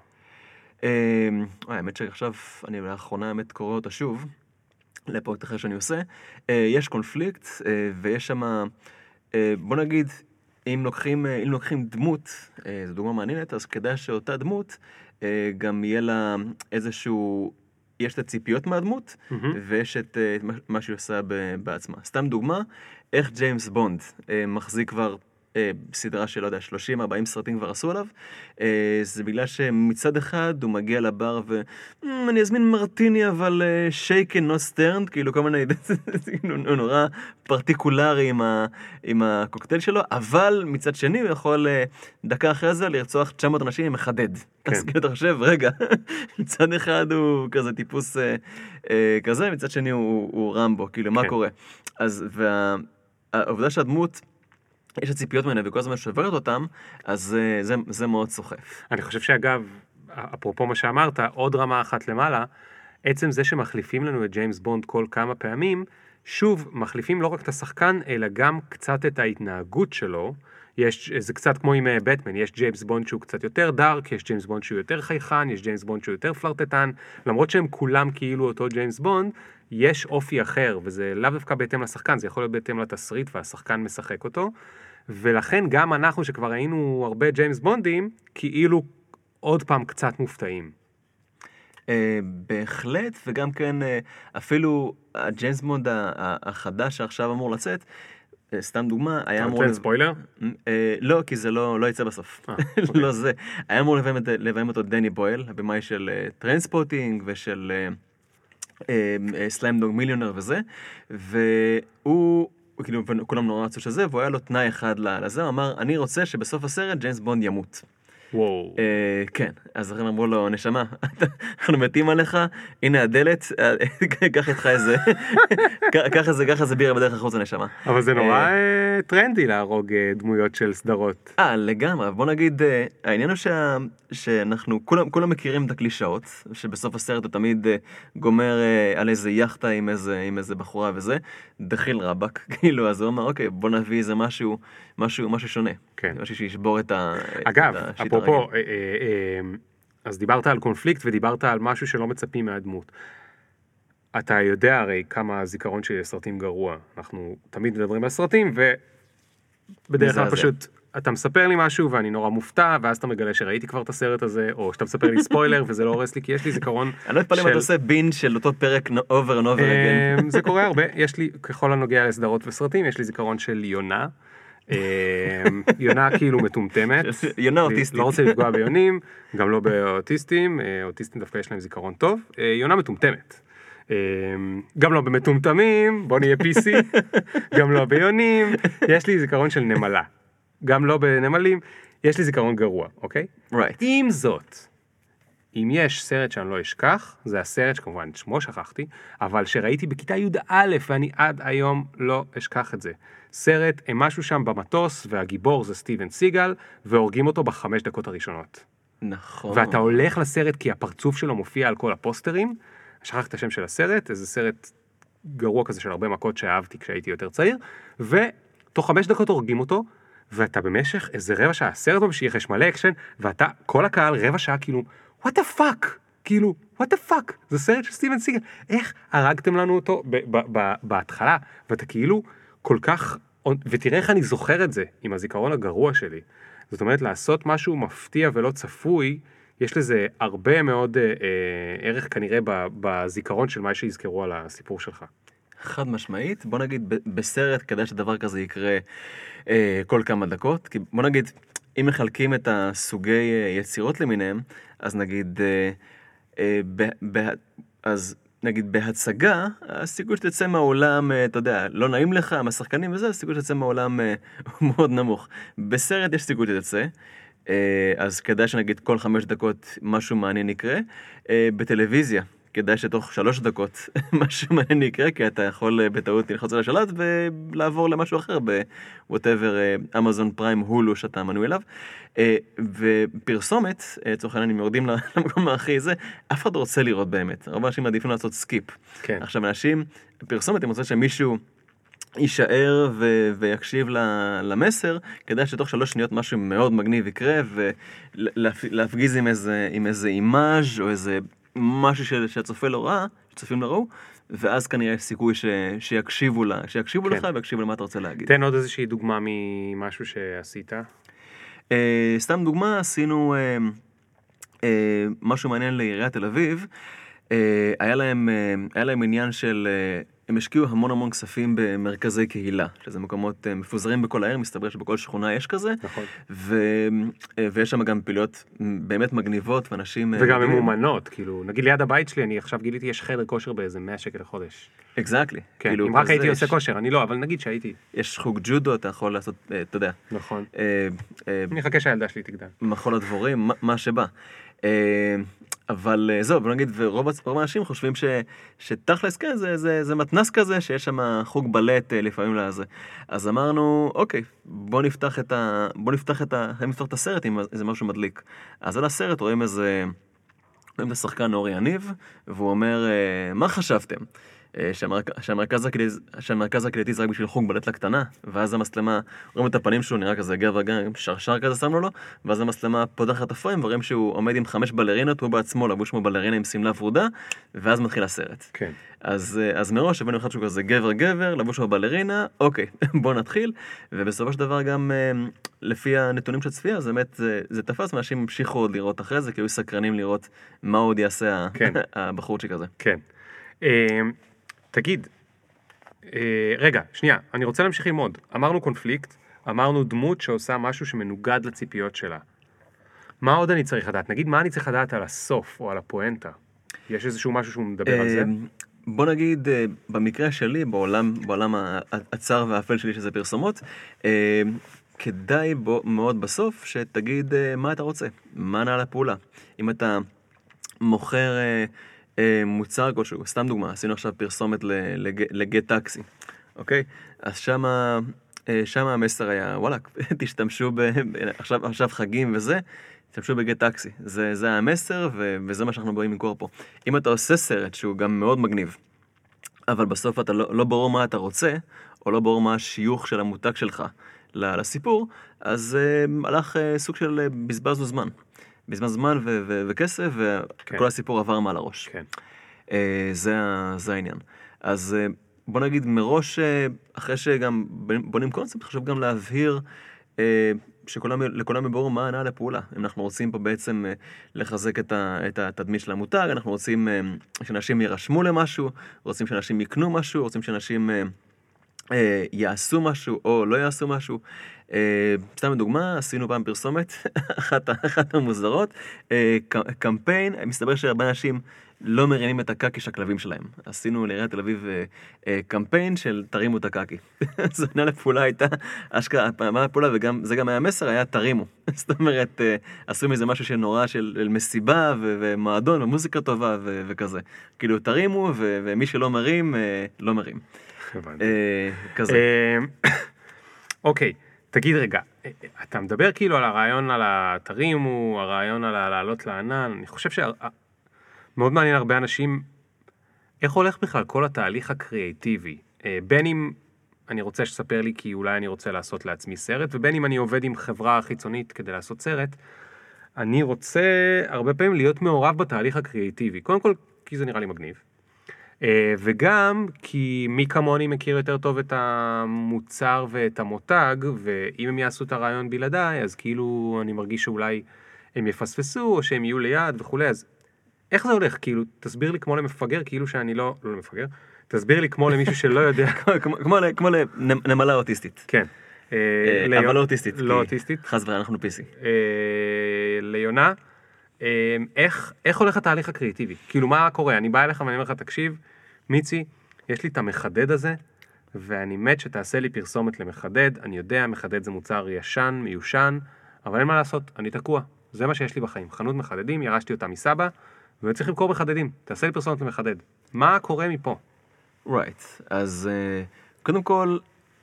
Speaker 1: האמת שעכשיו אני לאחרונה קורא אותה שוב, לפרויקט אחר שאני עושה. יש קונפליקט, ויש שם, בוא נגיד, אם לוקחים דמות, זו דוגמה מעניינת, אז כדאי שאותה דמות, גם יהיה לה איזשהו, יש את הציפיות מהדמות, ויש את מה שהיא עושה בעצמה. סתם דוגמה, איך ג'יימס בונד מחזיק כבר, בסדרה של, לא יודע, 30-40 סרטים כבר עשו עליו, זה בגלל שמצד אחד הוא מגיע לבר אני אזמין מרטיני, אבל שייקן, לא סטרנד, כאילו כל מיני, הוא נורא פרטיקולרי עם הקוקטייל שלו, אבל מצד שני הוא יכול דקה אחרי זה לרצוח 900 אנשים עם מחדד. אז כאילו אתה חושב, רגע, מצד אחד הוא כזה טיפוס כזה, מצד שני הוא רמבו, כאילו מה קורה? אז והעובדה שהדמות, יש הציפיות ממנה וכל הזמן שוברת אותם, אז זה מאוד סוחף.
Speaker 2: אני חושב שאגב, אפרופו מה שאמרת, עוד רמה אחת למעלה, עצם זה שמחליפים לנו את ג'יימס בונד כל כמה פעמים, שוב, מחליפים לא רק את השחקן, אלא גם קצת את ההתנהגות שלו. זה קצת כמו עם בטמן, יש ג'יימס בונד שהוא קצת יותר דארק, יש ג'יימס בונד שהוא יותר חייכן, יש ג'יימס בונד שהוא יותר פלרטטן, למרות שהם כולם כאילו אותו ג'יימס בונד, יש אופי אחר, וזה לאו דווקא בהתאם לשחקן, זה יכול להיות בהתאם לתסריט, והשחקן משחק אותו, ולכן גם אנחנו שכבר ראינו הרבה ג'יימס בונדים, כאילו עוד פעם קצת מופתעים.
Speaker 1: בהחלט, וגם כן, אפילו הג'יימס בונד החדש שעכשיו אמור לצאת, סתם דוגמה, היה אמור...
Speaker 2: אתה ספוילר?
Speaker 1: לא, כי זה לא יצא בסוף. לא זה. היה אמור לביים אותו דני בויל, הבמאי של טרנספוטינג ושל סלאם דוג מיליונר וזה, והוא, כאילו, כולם נורא רצו שזה, והוא היה לו תנאי אחד לזה, הוא אמר, אני רוצה שבסוף הסרט ג'יימס בונד ימות.
Speaker 2: וואו.
Speaker 1: כן, אז הם אמרו לו, נשמה, אנחנו מתים עליך, הנה הדלת, קח איתך איזה, קח איזה בירה בדרך החוץ הנשמה.
Speaker 2: אבל זה נורא טרנדי להרוג דמויות של סדרות.
Speaker 1: לגמרי, בוא נגיד, העניין הוא שאנחנו כולם מכירים את הקלישאות, שבסוף הסרט הוא תמיד גומר על איזה יחטה עם איזה בחורה וזה, דחיל רבק, כאילו, אז הוא אומר, אוקיי, בוא נביא איזה משהו שונה.
Speaker 2: כן.
Speaker 1: משהו שישבור את
Speaker 2: אגב, אפרופו, אז דיברת על קונפליקט ודיברת על משהו שלא מצפים מהדמות. אתה יודע הרי כמה זיכרון של סרטים גרוע. אנחנו תמיד מדברים על סרטים, ובדרך כלל פשוט אתה מספר לי משהו ואני נורא מופתע, ואז אתה מגלה שראיתי כבר את הסרט הזה, או שאתה מספר לי ספוילר וזה לא הורס לי, כי יש לי זיכרון של...
Speaker 1: אני לא אתפלא אם אתה עושה בין של אותו פרק over and over again.
Speaker 2: זה קורה הרבה. יש לי, ככל הנוגע לסדרות וסרטים, יש לי זיכרון של יונה. יונה כאילו מטומטמת.
Speaker 1: יונה אוטיסטית.
Speaker 2: לא רוצה לפגוע ביונים, גם לא באוטיסטים. אוטיסטים דווקא יש להם זיכרון טוב. יונה מטומטמת. גם לא במטומטמים, בוא נהיה PC. גם לא ביונים. יש לי זיכרון של נמלה. גם לא בנמלים. יש לי זיכרון גרוע, אוקיי?
Speaker 1: Right.
Speaker 2: עם זאת, אם יש סרט שאני לא אשכח, זה הסרט שכמובן את שמו שכחתי, אבל שראיתי בכיתה י"א ואני עד היום לא אשכח את זה. סרט, הם משהו שם במטוס, והגיבור זה סטיבן סיגל, והורגים אותו ב5 דקות הראשונות.
Speaker 1: נכון.
Speaker 2: ואתה הולך לסרט כי הפרצוף שלו מופיע על כל הפוסטרים, שכחתי את השם של הסרט, איזה סרט גרוע כזה של הרבה מכות שאהבתי כשהייתי יותר צעיר, ותוך 5 דקות הורגים אותו, ואתה במשך איזה רבע שעה, הסרט ממשיך, יש מלא אקשן, ואתה, כל הקהל רבע שעה כאילו, what the fuck? כאילו, what the fuck? זה סרט של סטיבן סיגל. איך הרגתם לנו אותו בהתחלה? ואתה כאילו כל כך, ותראה איך אני זוכר את זה עם הזיכרון הגרוע שלי. זאת אומרת, לעשות משהו מפתיע ולא צפוי, יש לזה הרבה מאוד ערך כנראה בזיכרון של מה שיזכרו על הסיפור שלך.
Speaker 1: חד משמעית, בוא נגיד בסרט כדי שדבר כזה יקרה כל כמה דקות, כי בוא נגיד, אם מחלקים את הסוגי יצירות למיניהם, אז נגיד, אז נגיד בהצגה, הסיכוי שתצא מהעולם, אתה יודע, לא נעים לך, מהשחקנים וזה, הסיכוי שתצא מהעולם הוא מאוד נמוך. בסרט יש סיכוי שתצא, אז כדאי שנגיד כל 5 דקות משהו מעניין יקרה. בטלוויזיה, כדאי שתוך 3 דקות משהו מעניין יקרה, כי אתה יכול בטעות ללחוץ על השלט ולעבור למשהו אחר ב-whatever, אמזון פריים, הולו שאתה מנוי אליו. ופרסומת, צורך העניין, אם יורדים למקום הכי זה, אף אחד רוצה לראות באמת. הרבה אנשים מעדיפים לעשות סקיפ.
Speaker 2: כן.
Speaker 1: עכשיו, אנשים, פרסומת, הם רוצים שמישהו יישאר ויקשיב למסר, כדאי שתוך 3 שניות משהו מאוד מגניב יקרה, ולהפגיז עם איזה אימאז' או איזה משהו שהצופה לא ראה, שצופים לא ראו, ואז כנראה יש סיכוי שיקשיבו לך ויקשיבו למה אתה רוצה להגיד.
Speaker 2: תן עוד איזושהי דוגמה ממשהו שעשית.
Speaker 1: סתם דוגמה, עשינו משהו מעניין לעיריית תל אביב. היה להם עניין של, הם השקיעו המון כספים במרכזי קהילה, שזה מקומות מפוזרים בכל העיר, מסתבר שבכל שכונה יש כזה.
Speaker 2: נכון.
Speaker 1: ויש שם גם פעילויות באמת מגניבות, ואנשים...
Speaker 2: וגם ממומנות, כאילו, נגיד ליד הבית שלי, אני עכשיו גיליתי, יש חדר כושר באיזה 100 שקל לחודש.
Speaker 1: Exactly.
Speaker 2: כן, אם רק הייתי עושה כושר, אני לא, אבל נגיד שהייתי.
Speaker 1: יש חוג ג'ודו, אתה יכול לעשות, אתה יודע.
Speaker 2: נכון. אני אחכה שהילדה שלי תגדל.
Speaker 1: מחול הדבורים, מה שבא. אבל זהו, בוא נגיד, ורוב האנשים חושבים שתכלס, כן, זה מתנס כזה, שיש שם חוג בלט לפעמים לזה. אז אמרנו, אוקיי, בוא נפתח את הסרט עם איזה משהו מדליק. אז על הסרט רואים רואים את השחקן אורי יניב, והוא אומר, מה חשבתם? שהמרכז הקהילתי זה רק בשביל חוג בלט לקטנה, ואז המצלמה, רואים את הפנים שלו, נראה כזה גבר גם, שרשר כזה שמנו לו, ואז המצלמה פותחת את הפריים, ורואים שהוא עומד עם 5 בלרינות, הוא בעצמו לבוש כמו בלרינה עם סמלה ורודה, ואז מתחיל הסרט.
Speaker 2: כן.
Speaker 1: אז מראש הבאנו אחד שהוא כזה גבר, לבוש כמו בלרינה, אוקיי, בוא נתחיל, ובסופו של דבר גם, לפי הנתונים של צפייה, זה באמת, זה תפס, ואנשים המשיכו עוד לראות אחרי זה, כי היו סקרנים לראות מה עוד יעשה הבחורצ'יק הזה.
Speaker 2: כן. תגיד, רגע, שנייה, אני רוצה להמשיך ללמוד. אמרנו קונפליקט, אמרנו דמות שעושה משהו שמנוגד לציפיות שלה. מה עוד אני צריך לדעת? נגיד, מה אני צריך לדעת על הסוף או על הפואנטה? יש איזשהו משהו שהוא מדבר על זה?
Speaker 1: בוא נגיד, במקרה שלי, בעולם הצר והאפל שלי שזה פרסומות, כדאי מאוד בסוף שתגיד מה אתה רוצה, מה נעל הפעולה. אם אתה מוכר מוצר כלשהו, סתם דוגמה, עשינו עכשיו פרסומת לגט טקסי, אוקיי? אז שם המסר היה, וואלה, תשתמשו עכשיו חגים וזה, תשתמשו בגט טקסי. זה המסר וזה מה שאנחנו באים למכור פה. אם אתה עושה סרט שהוא גם מאוד מגניב, אבל בסוף אתה לא ברור מה אתה רוצה, או לא ברור מה השיוך של המותג שלך לסיפור, אז הלך סוג של בזבזנו זמן. בזמן זמן וכסף, וכל הסיפור עבר מעל הראש.
Speaker 2: כן.
Speaker 1: זה העניין. אז בוא נגיד מראש, אחרי שגם בונים קונספט, חשוב גם להבהיר שלכולם יברור מה הנעה לפעולה. אם אנחנו רוצים פה בעצם לחזק את התדמית של המותג, אנחנו רוצים שאנשים יירשמו למשהו, רוצים שאנשים יקנו משהו, רוצים שאנשים יעשו משהו או לא יעשו משהו. סתם לדוגמה, עשינו פעם פרסומת, אחת המוזרות, קמפיין, מסתבר שהרבה אנשים לא מרימים את הקקי של הכלבים שלהם. עשינו לעיריית תל אביב קמפיין של תרימו את הקקי. זו עונה לפעולה הייתה, אשכרה, פעמה לפעולה, וזה גם היה מסר, היה תרימו. זאת אומרת, עשו מזה משהו שנורא של מסיבה ומועדון ומוזיקה טובה וכזה. כאילו תרימו, ומי שלא מרים, לא מרים. כזה.
Speaker 2: אוקיי. תגיד רגע, אתה מדבר כאילו על הרעיון על התרימו, הרעיון על לעלות לענן, אני חושב שמאוד מעניין הרבה אנשים, איך הולך בכלל כל התהליך הקריאטיבי, בין אם אני רוצה שתספר לי כי אולי אני רוצה לעשות לעצמי סרט, ובין אם אני עובד עם חברה חיצונית כדי לעשות סרט, אני רוצה הרבה פעמים להיות מעורב בתהליך הקריאטיבי, קודם כל כי זה נראה לי מגניב. וגם כי מי כמוני מכיר יותר טוב את המוצר ואת המותג, ואם הם יעשו את הרעיון בלעדיי, אז כאילו אני מרגיש שאולי הם יפספסו, או שהם יהיו ליד וכולי, אז איך זה הולך? כאילו, תסביר לי כמו למפגר, כאילו שאני לא למפגר, תסביר לי כמו למישהו שלא יודע.
Speaker 1: כמו לנמלה אוטיסטית.
Speaker 2: כן.
Speaker 1: אבל לא אוטיסטית.
Speaker 2: לא אוטיסטית.
Speaker 1: חס וחלילה, אנחנו פיסי.
Speaker 2: ליונה, איך הולך התהליך הקריאטיבי? כאילו, מה קורה? אני בא אליך ואני אומר לך, תקשיב, מיצי, יש לי את המחדד הזה, ואני מת שתעשה לי פרסומת למחדד, אני יודע, מחדד זה מוצר ישן, מיושן, אבל אין מה לעשות, אני תקוע. זה מה שיש לי בחיים. חנות מחדדים, ירשתי אותה מסבא, ואני צריך למכור מחדדים. תעשה לי פרסומת למחדד. מה קורה מפה?
Speaker 1: Right. אז קודם כל,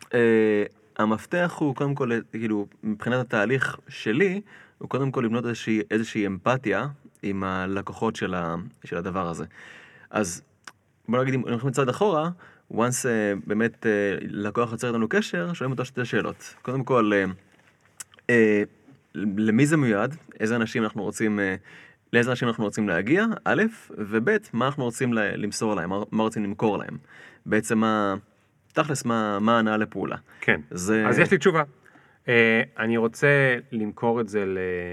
Speaker 1: המפתח הוא קודם כל, כאילו, מבחינת התהליך שלי, הוא קודם כל לבנות איזושהי אמפתיה עם הלקוחות של הדבר הזה. אז בוא נגיד, אם אנחנו מצד אחורה, once באמת לקוח יוצר איתנו קשר, שואלים אותו שתי שאלות. קודם כל, למי זה מיועד? לאיזה אנשים אנחנו רוצים להגיע? א', וב', מה אנחנו רוצים למסור להם? מה רוצים למכור להם? בעצם תכלס, מה הנעה לפעולה?
Speaker 2: כן, אז יש לי תשובה. אני רוצה למכור את זה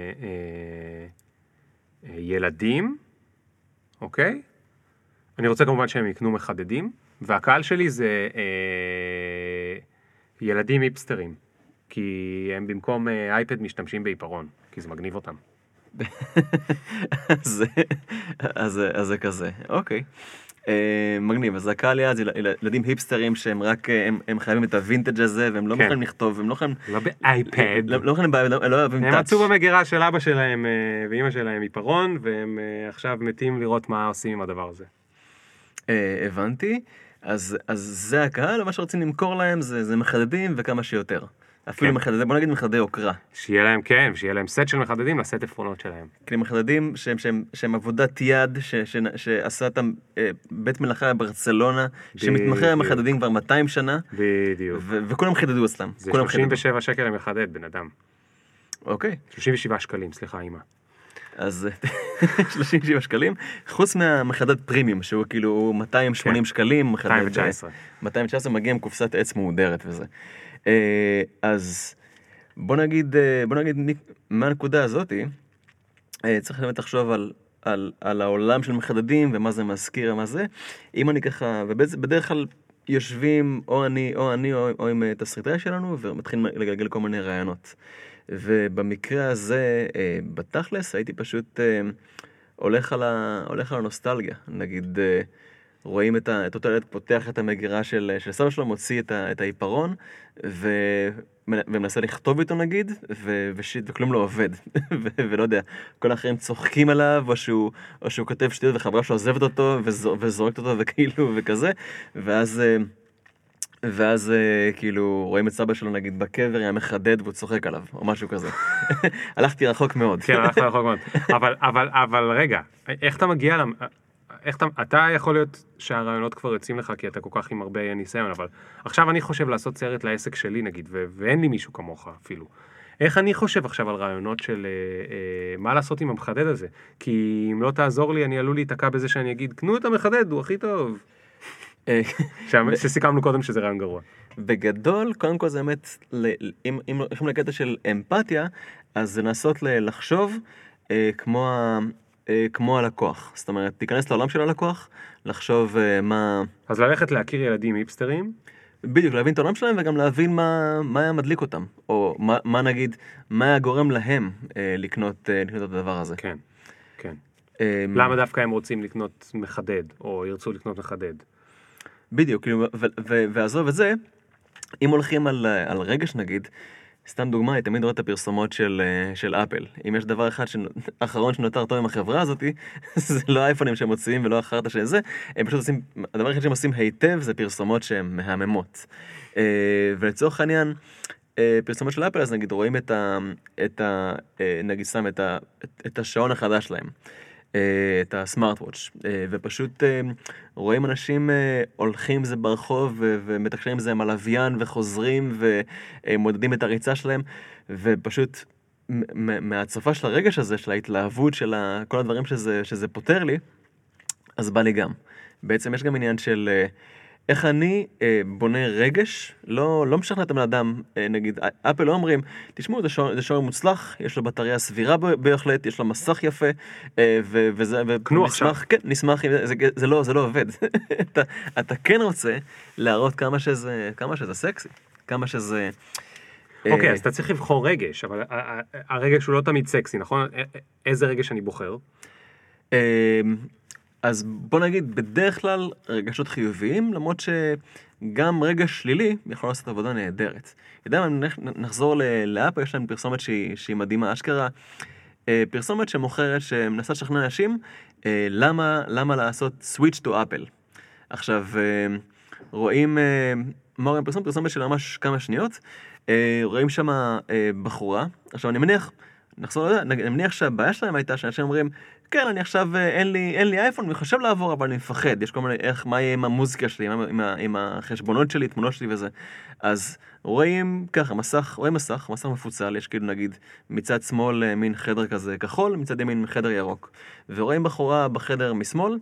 Speaker 2: לילדים, אוקיי? אני רוצה כמובן שהם יקנו מחדדים, והקהל שלי זה ילדים היפסטרים, כי הם במקום אייפד משתמשים בעיפרון, כי זה מגניב אותם.
Speaker 1: אז זה כזה, אוקיי. מגניב, אז הקהל יעד זה ילדים היפסטרים שהם רק, הם חייבים את הווינטג' הזה, והם לא יכולים לכתוב, הם לא יכולים...
Speaker 2: לא באייפד.
Speaker 1: לא יכולים, לא אוהבים טאץ'.
Speaker 2: הם מצאו במגירה של אבא שלהם ואמא שלהם עיפרון, והם עכשיו מתים לראות מה עושים עם הדבר הזה.
Speaker 1: הבנתי, אז זה הקהל, ומה שרוצים למכור להם זה מחדדים וכמה שיותר. אפילו מחדדי, בוא נגיד מחדדי אוקרה.
Speaker 2: שיהיה להם, כן, שיהיה להם סט של מחדדים לסט עפרונות שלהם.
Speaker 1: כאילו מחדדים שהם עבודת יד, שעשה אותם בית מלאכה בברצלונה, שמתמחה במחדדים כבר 200 שנה.
Speaker 2: בדיוק.
Speaker 1: וכולם חידדו אצלם.
Speaker 2: זה 37 שקל למחדד, בן אדם.
Speaker 1: אוקיי.
Speaker 2: 37 שקלים, סליחה, אמא.
Speaker 1: אז 37 שקלים, חוץ מהמחדד פרימיום, שהוא כאילו 280 שקלים, 219 מגיע עם קופסת עץ מהודרת וזה. אז בוא נגיד מהנקודה הזאת, צריך באמת לחשוב על העולם של מחדדים ומה זה מזכיר, מה זה. אם אני ככה, ובדרך כלל יושבים או אני או עם תסריטאי שלנו ומתחילים לגלגל כל מיני רעיונות. ובמקרה הזה, בתכלס, הייתי פשוט הולך על הנוסטלגיה. נגיד, רואים את אותו ילד פותח את המגירה של סבא שלו, מוציא את העיפרון, ומנסה לכתוב איתו נגיד, וכלום לא עובד. ולא יודע, כל האחרים צוחקים עליו, או שהוא כותב שטויות וחברה שעוזבת אותו, וזורקת אותו וכאילו, וכזה. ואז כאילו רואים את סבא שלו נגיד בקבר, היה מחדד והוא צוחק עליו, או משהו כזה. הלכתי רחוק מאוד.
Speaker 2: כן, הלכתי רחוק מאוד. אבל רגע, איך אתה מגיע אתה יכול להיות שהרעיונות כבר יוצאים לך, כי אתה כל כך עם הרבה ניסיון, אבל עכשיו אני חושב לעשות סרט לעסק שלי נגיד, ואין לי מישהו כמוך אפילו. איך אני חושב עכשיו על רעיונות של מה לעשות עם המחדד הזה? כי אם לא תעזור לי, אני עלול להתעקע בזה שאני אגיד, קנו את המחדד, הוא הכי טוב. שסיכמנו קודם שזה רעיון גרוע.
Speaker 1: בגדול, קודם כל זה באמת, אם הולכים לקטע של אמפתיה, אז זה לנסות לחשוב כמו הלקוח. זאת אומרת, תיכנס לעולם של הלקוח, לחשוב מה...
Speaker 2: אז ללכת להכיר ילדים היפסטרים?
Speaker 1: בדיוק, להבין את העולם שלהם וגם להבין מה היה מדליק אותם. או מה נגיד, מה היה גורם להם לקנות את הדבר הזה.
Speaker 2: כן, כן. למה דווקא הם רוצים לקנות מחדד, או ירצו לקנות מחדד?
Speaker 1: בדיוק, ועזוב את זה, אם הולכים על רגש נגיד, סתם דוגמה, אני תמיד רואה את הפרסומות של אפל. אם יש דבר אחד האחרון שנותר טוב עם החברה הזאת, זה לא האייפונים שהם מוציאים ולא החרטה של זה, הם פשוט עושים, הדבר אחד שהם עושים היטב זה פרסומות שהן מהממות. ולצורך העניין, פרסומות של אפל, אז נגיד רואים נגיד סתם את השעון החדש שלהם. את הסמארט וואץ', ופשוט רואים אנשים הולכים זה ברחוב ומתקשרים זה עם הלוויין וחוזרים ומודדים את הריצה שלהם, ופשוט מהצפה של הרגש הזה, של ההתלהבות של כל הדברים שזה פותר לי, אז בא לי גם. בעצם יש גם עניין של איך אני בונה רגש, לא משכנע את האדם, נגיד, אפל לא אומרים, תשמעו, זה שעון מוצלח, יש לו בטריה סבירה בהחלט, יש לו מסך יפה,
Speaker 2: קנו עכשיו.
Speaker 1: כן, נשמח, זה לא עובד. אתה כן רוצה להראות כמה שזה סקסי, כמה שזה...
Speaker 2: אוקיי, אז אתה צריך לבחור רגש, אבל הרגש הוא לא תמיד סקסי, נכון? איזה רגש אני בוחר?
Speaker 1: אז בוא נגיד, בדרך כלל רגשות חיוביים, למרות שגם רגש שלילי יכול לעשות עבודה נהדרת. יודע מה, נחזור לאפל, יש להם פרסומת שהיא מדהימה, אשכרה, פרסומת שמוכרת, שמנסה לשכנע אנשים, למה לעשות switch to Apple. עכשיו, רואים, מה רואים פרסומת של ממש כמה שניות, רואים שם בחורה, עכשיו אני מניח שהבעיה שלהם הייתה שאנשים אומרים, כן, אני עכשיו, אין לי אייפון, אני חושב לעבור, אבל אני מפחד. יש כל מיני, מה יהיה עם המוזיקה שלי, עם החשבונות שלי, תמונות שלי וזה. אז רואים ככה, מסך מפוצל, יש כאילו נגיד מצד שמאל מין חדר כזה כחול, מצד ימין חדר ירוק. ורואים בחורה בחדר משמאל,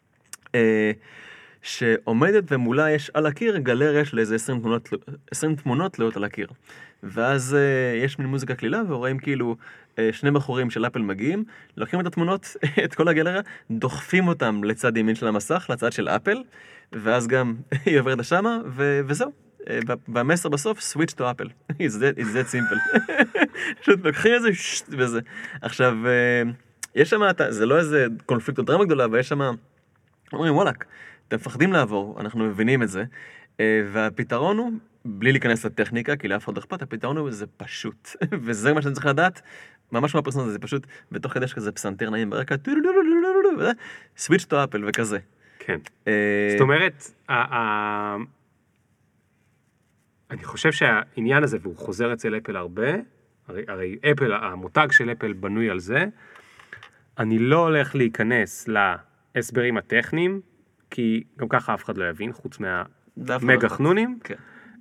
Speaker 1: שעומדת ומולה יש על הקיר גלריה של איזה 20 תמונות תלויות על הקיר. ואז יש מין מוזיקה כלילה, ורואים כאילו שני בחורים של אפל מגיעים, לוקחים את התמונות, את כל הגלריה, דוחפים אותם לצד ימין של המסך, לצד של אפל, ואז גם היא עוברת לשמה, וזהו. והמסר בסוף, switch to Apple. It's that simple. פשוט לוקחים את זה, וזה. עכשיו, יש שם, זה לא איזה קונפליקט או דרמה גדולה, אבל יש שם, אומרים, וואלק, אתם מפחדים לעבור, אנחנו מבינים את זה, והפתרון הוא, בלי להיכנס לטכניקה, כי לאף אחד אכפת, הפתרון הוא זה פשוט, וזה מה שאני צריך לדעת, ממש מהפרסומת, זה פשוט, בתוך כדי שכזה פסנתר נעים ברקע, switch to Apple וכזה.
Speaker 2: כן. זאת אומרת, אני חושב שהעניין הזה, והוא חוזר אצל אפל הרבה, הרי אפל, המותג של אפל בנוי על זה, אני לא הולך להיכנס להסברים הטכניים, כי גם ככה אף אחד לא יבין, חוץ מהמגה חנונים.
Speaker 1: כן.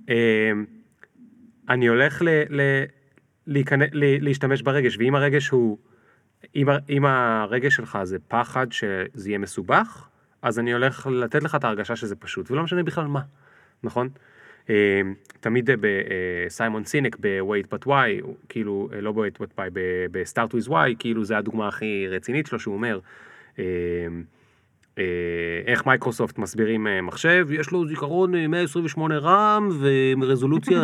Speaker 2: אני הולך להשתמש ברגש, ואם הרגש הוא, אם הרגש שלך זה פחד שזה יהיה מסובך, אז אני הולך לתת לך את ההרגשה שזה פשוט, ולא משנה בכלל מה, נכון? תמיד בסיימון סינק ב-Wait But Why, כאילו, לא ב-Wait But Why, ב-Start With Why, כאילו זה הדוגמה הכי רצינית שלו, שהוא אומר, איך מייקרוסופט מסבירים מחשב, יש לו זיכרון 128 רם, ורזולוציה,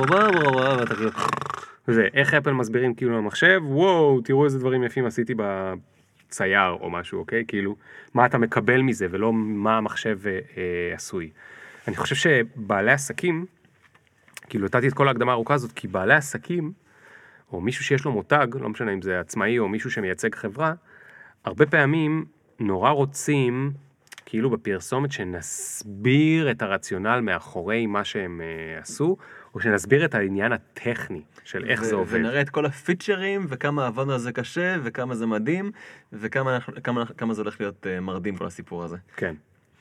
Speaker 2: וזה, איך אפל מסבירים כאילו למחשב, וואו, תראו איזה דברים יפים עשיתי בצייר או משהו, אוקיי? כאילו, מה אתה מקבל מזה, ולא מה המחשב עשוי. אני חושב שבעלי עסקים, כאילו נתתי את כל ההקדמה הארוכה הזאת, כי בעלי עסקים, או מישהו שיש לו מותג, לא משנה אם זה עצמאי או מישהו שמייצג חברה, הרבה פעמים נורא רוצים, כאילו בפרסומת, שנסביר את הרציונל מאחורי מה שהם עשו, או שנסביר את העניין הטכני של איך זה עובד.
Speaker 1: ונראה את כל הפיצ'רים, וכמה עבדנו על זה קשה, וכמה זה מדהים, וכמה זה הולך להיות מרדים כל הסיפור הזה.
Speaker 2: כן.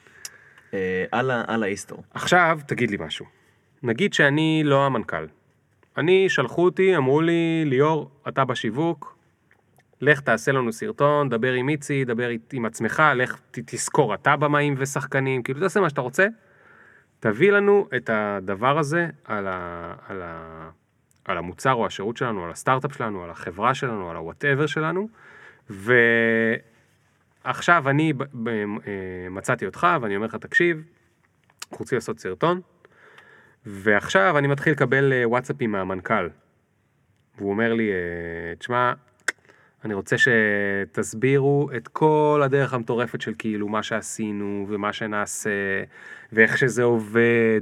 Speaker 1: על ההיסטור.
Speaker 2: עכשיו, תגיד לי משהו. נגיד שאני לא המנכ"ל. שלחו אותי, אמרו לי, ליאור, אתה בשיווק, לך תעשה לנו סרטון, דבר עם מיצי, דבר עם עצמך, לך תזכור אתה במאים ושחקנים, כאילו תעשה מה שאתה רוצה, תביא לנו את הדבר הזה על המוצר או השירות שלנו, על הסטארט-אפ שלנו, על החברה שלנו, על ה-whatever שלנו, ועכשיו אני מצאתי אותך ואני אומר לך, תקשיב, רוצים לעשות סרטון, ועכשיו אני מתחיל לקבל וואטסאפים מהמנכ"ל, והוא אומר לי, תשמע, אני רוצה שתסבירו את כל הדרך המטורפת של כאילו מה שעשינו ומה שנעשה ואיך שזה עובד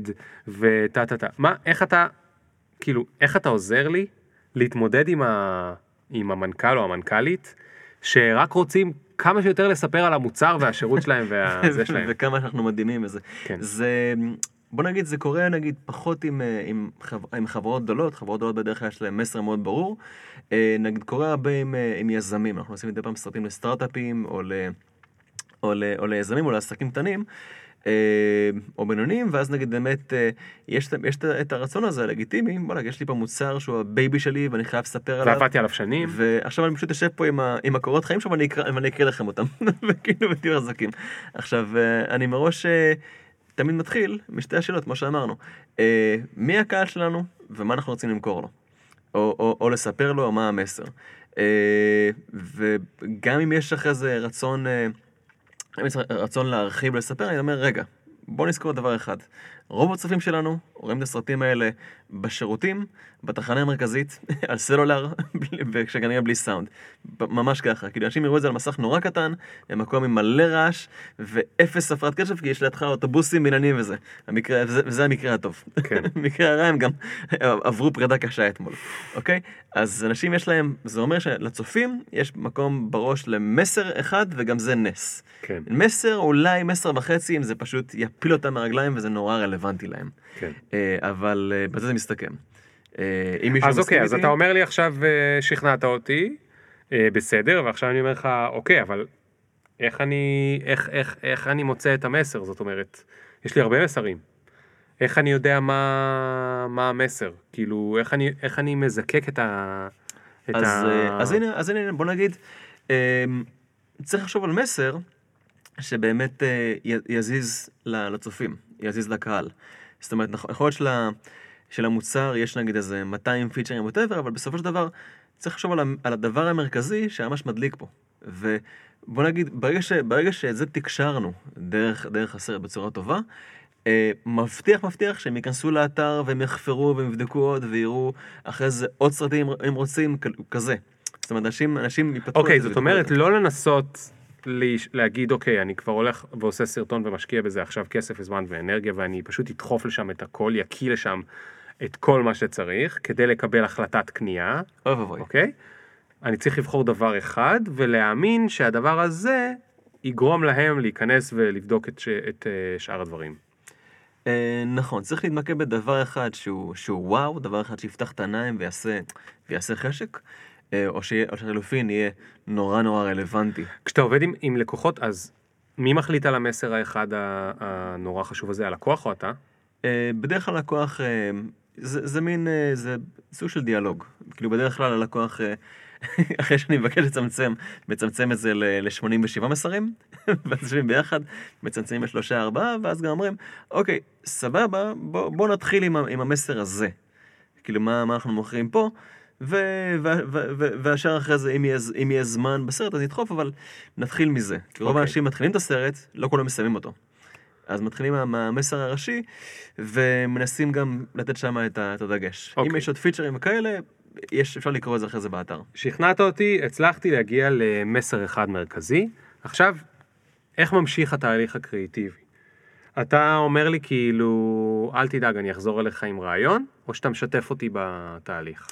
Speaker 2: איך אתה עוזר לי להתמודד עם המנכ"ל או המנכ"לית שרק רוצים כמה שיותר לספר על המוצר והשירות שלהם והזה שלהם.
Speaker 1: וכמה שאנחנו מדהימים וזה.
Speaker 2: כן.
Speaker 1: זה, בוא נגיד, זה קורה נגיד פחות עם חברות גדולות בדרך כלל יש להם מסר מאוד ברור, נגיד קורה הרבה עם יזמים, אנחנו עושים מדי פעם סרטים לסטארט-אפים או ליזמים או לעסקים קטנים, או בינוניים, ואז נגיד באמת יש את הרצון הזה הלגיטימי, בוא נגיד, יש לי פה מוצר שהוא הבייבי שלי ואני חייב לספר עליו.
Speaker 2: ועבדתי עליו שנים.
Speaker 1: ועכשיו אני פשוט יושב פה עם הקורות חיים שלו ואני אקריא לכם אותם, וכאילו ותהיו חזקים. עכשיו, אני מראש תמיד מתחיל משתי השאלות, כמו שאמרנו. מי הקהל שלנו ומה אנחנו רוצים למכור לו? או לספר לו, או מה המסר. וגם אם יש אחרי זה רצון להרחיב ולספר, אני אומר, רגע, בוא נזכור דבר אחד. רוב הצופים שלנו רואים את הסרטים האלה בשירותים, בתחנה המרכזית, על סלולר, וכשכנראה בלי סאונד. ממש ככה. כאילו, אנשים יראו את זה על מסך נורא קטן, במקום עם מלא רעש, ואפס ספרת קשב, כי יש לידך אוטובוסים בינוניים וזה. וזה המקרה הטוב.
Speaker 2: כן.
Speaker 1: במקרה הרע הם גם עברו פרידה קשה אתמול. אוקיי? אז אנשים יש להם, זה אומר שלצופים יש מקום בראש למסר אחד, וגם זה נס.
Speaker 2: כן.
Speaker 1: מסר, אולי מסר וחצי, אם זה פשוט יפיל אותם מהרגליים, וזה נורא רלוונטי להם.
Speaker 2: כן.
Speaker 1: אבל בזה זה מסתכם.
Speaker 2: אז אוקיי, אז אתה אומר לי עכשיו שכנעת אותי, בסדר, ועכשיו אני אומר לך, אוקיי, אבל איך אני מוצא את המסר? זאת אומרת, יש לי הרבה מסרים. איך אני יודע מה המסר? כאילו, איך אני מזקק את
Speaker 1: אז הנה, בוא נגיד, צריך לחשוב על מסר שבאמת יזיז לצופים, יזיז לקהל. זאת אומרת, יכול להיות של המוצר יש נגיד איזה 200 פיצ'רים whatever, אבל בסופו של דבר צריך לחשוב על הדבר המרכזי שממש מדליק פה. ובוא נגיד, ברגע שאת זה תקשרנו דרך הסרט בצורה טובה, מבטיח שהם ייכנסו לאתר והם יחפרו והם יבדקו עוד ויראו אחרי זה עוד סרטים אם רוצים כזה. זאת אומרת, אנשים יפתחו את זה.
Speaker 2: אוקיי, זאת אומרת, לא לנסות להגיד, אוקיי, אני כבר הולך ועושה סרטון ומשקיע בזה עכשיו כסף וזמן ואנרגיה, ואני פשוט אדחוף לשם את הכל, יקיא לשם את כל מה שצריך, כדי לקבל החלטת קנייה. אוקיי? אני צריך לבחור דבר אחד, ולהאמין שהדבר הזה יגרום להם להיכנס ולבדוק את שאר הדברים.
Speaker 1: נכון, צריך להתמקד בדבר אחד שהוא וואו, דבר אחד שיפתח את העיניים ויעשה חשק, או שהחילופין יהיה נורא נורא רלוונטי.
Speaker 2: כשאתה עובד עם לקוחות, אז מי מחליט על המסר האחד הנורא חשוב הזה, הלקוח או אתה?
Speaker 1: בדרך כלל לקוח, זה מין, זה סוג של דיאלוג. כאילו בדרך כלל הלקוח, אחרי שאני מבקש מצמצם את זה ל-87 מסרים, ואז יושבים ביחד, מצמצמים ל3-4, ואז גם אומרים, אוקיי, סבבה, בוא נתחיל עם המסר הזה. כאילו מה אנחנו מוכרים פה, והשאר אחרי זה, אם יהיה זמן בסרט, אז נדחוף, אבל נתחיל מזה. כי רוב האנשים מתחילים את הסרט, לא כולם מסיימים אותו. אז מתחילים מהמסר הראשי, ומנסים גם לתת שם את הדגש. אם יש עוד פיצ'רים וכאלה, אפשר לקרוא את זה אחרי זה באתר.
Speaker 2: שכנעת אותי, הצלחתי להגיע למסר אחד מרכזי. עכשיו, איך ממשיך התהליך הקריאיטיבי? אתה אומר לי כאילו, אל תדאג, אני אחזור אליך עם רעיון, או שאתה משתף אותי בתהליך?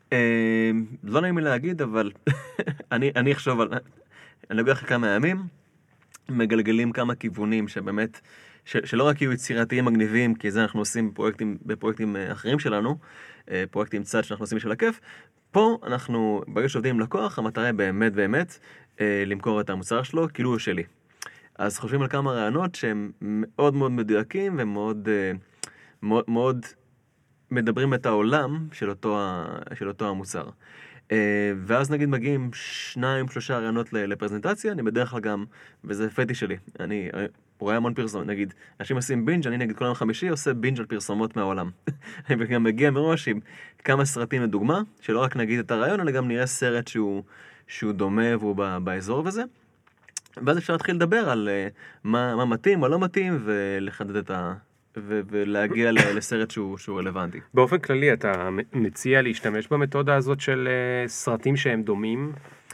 Speaker 1: לא נעים לי להגיד, אבל אני אחשוב אני לוקח כמה ימים, מגלגלים כמה כיוונים שבאמת, שלא רק יהיו יצירתיים מגניבים, כי זה אנחנו עושים בפרויקטים אחרים שלנו, פרויקטים צד שאנחנו עושים בשביל הכיף. פה אנחנו, ברגע שעובדים עם לקוח, המטרה היא באמת למכור את המוצר שלו, כאילו הוא שלי. אז חושבים על כמה רעיונות שהם מאוד מאוד מדויקים ומאוד מאוד מדברים את העולם של אותו המוצר. ואז נגיד מגיעים 2-3 רעיונות לפרזנטציה, אני בדרך כלל גם, וזה פטי שלי, אני רואה המון פרסומות, נגיד, אנשים עושים בינג', אני נגיד כל יום חמישי עושה בינג' על פרסומות מהעולם. אני גם מגיע מראש עם כמה סרטים לדוגמה, שלא רק נגיד את הרעיון, אלא גם נראה סרט שהוא דומה והוא באזור וזה. ואז אפשר להתחיל לדבר על מה מתאים, מה לא מתאים, ולחדד ולהגיע לסרט שהוא רלוונטי.
Speaker 2: באופן כללי, אתה מציע להשתמש במתודה הזאת של סרטים שהם דומים?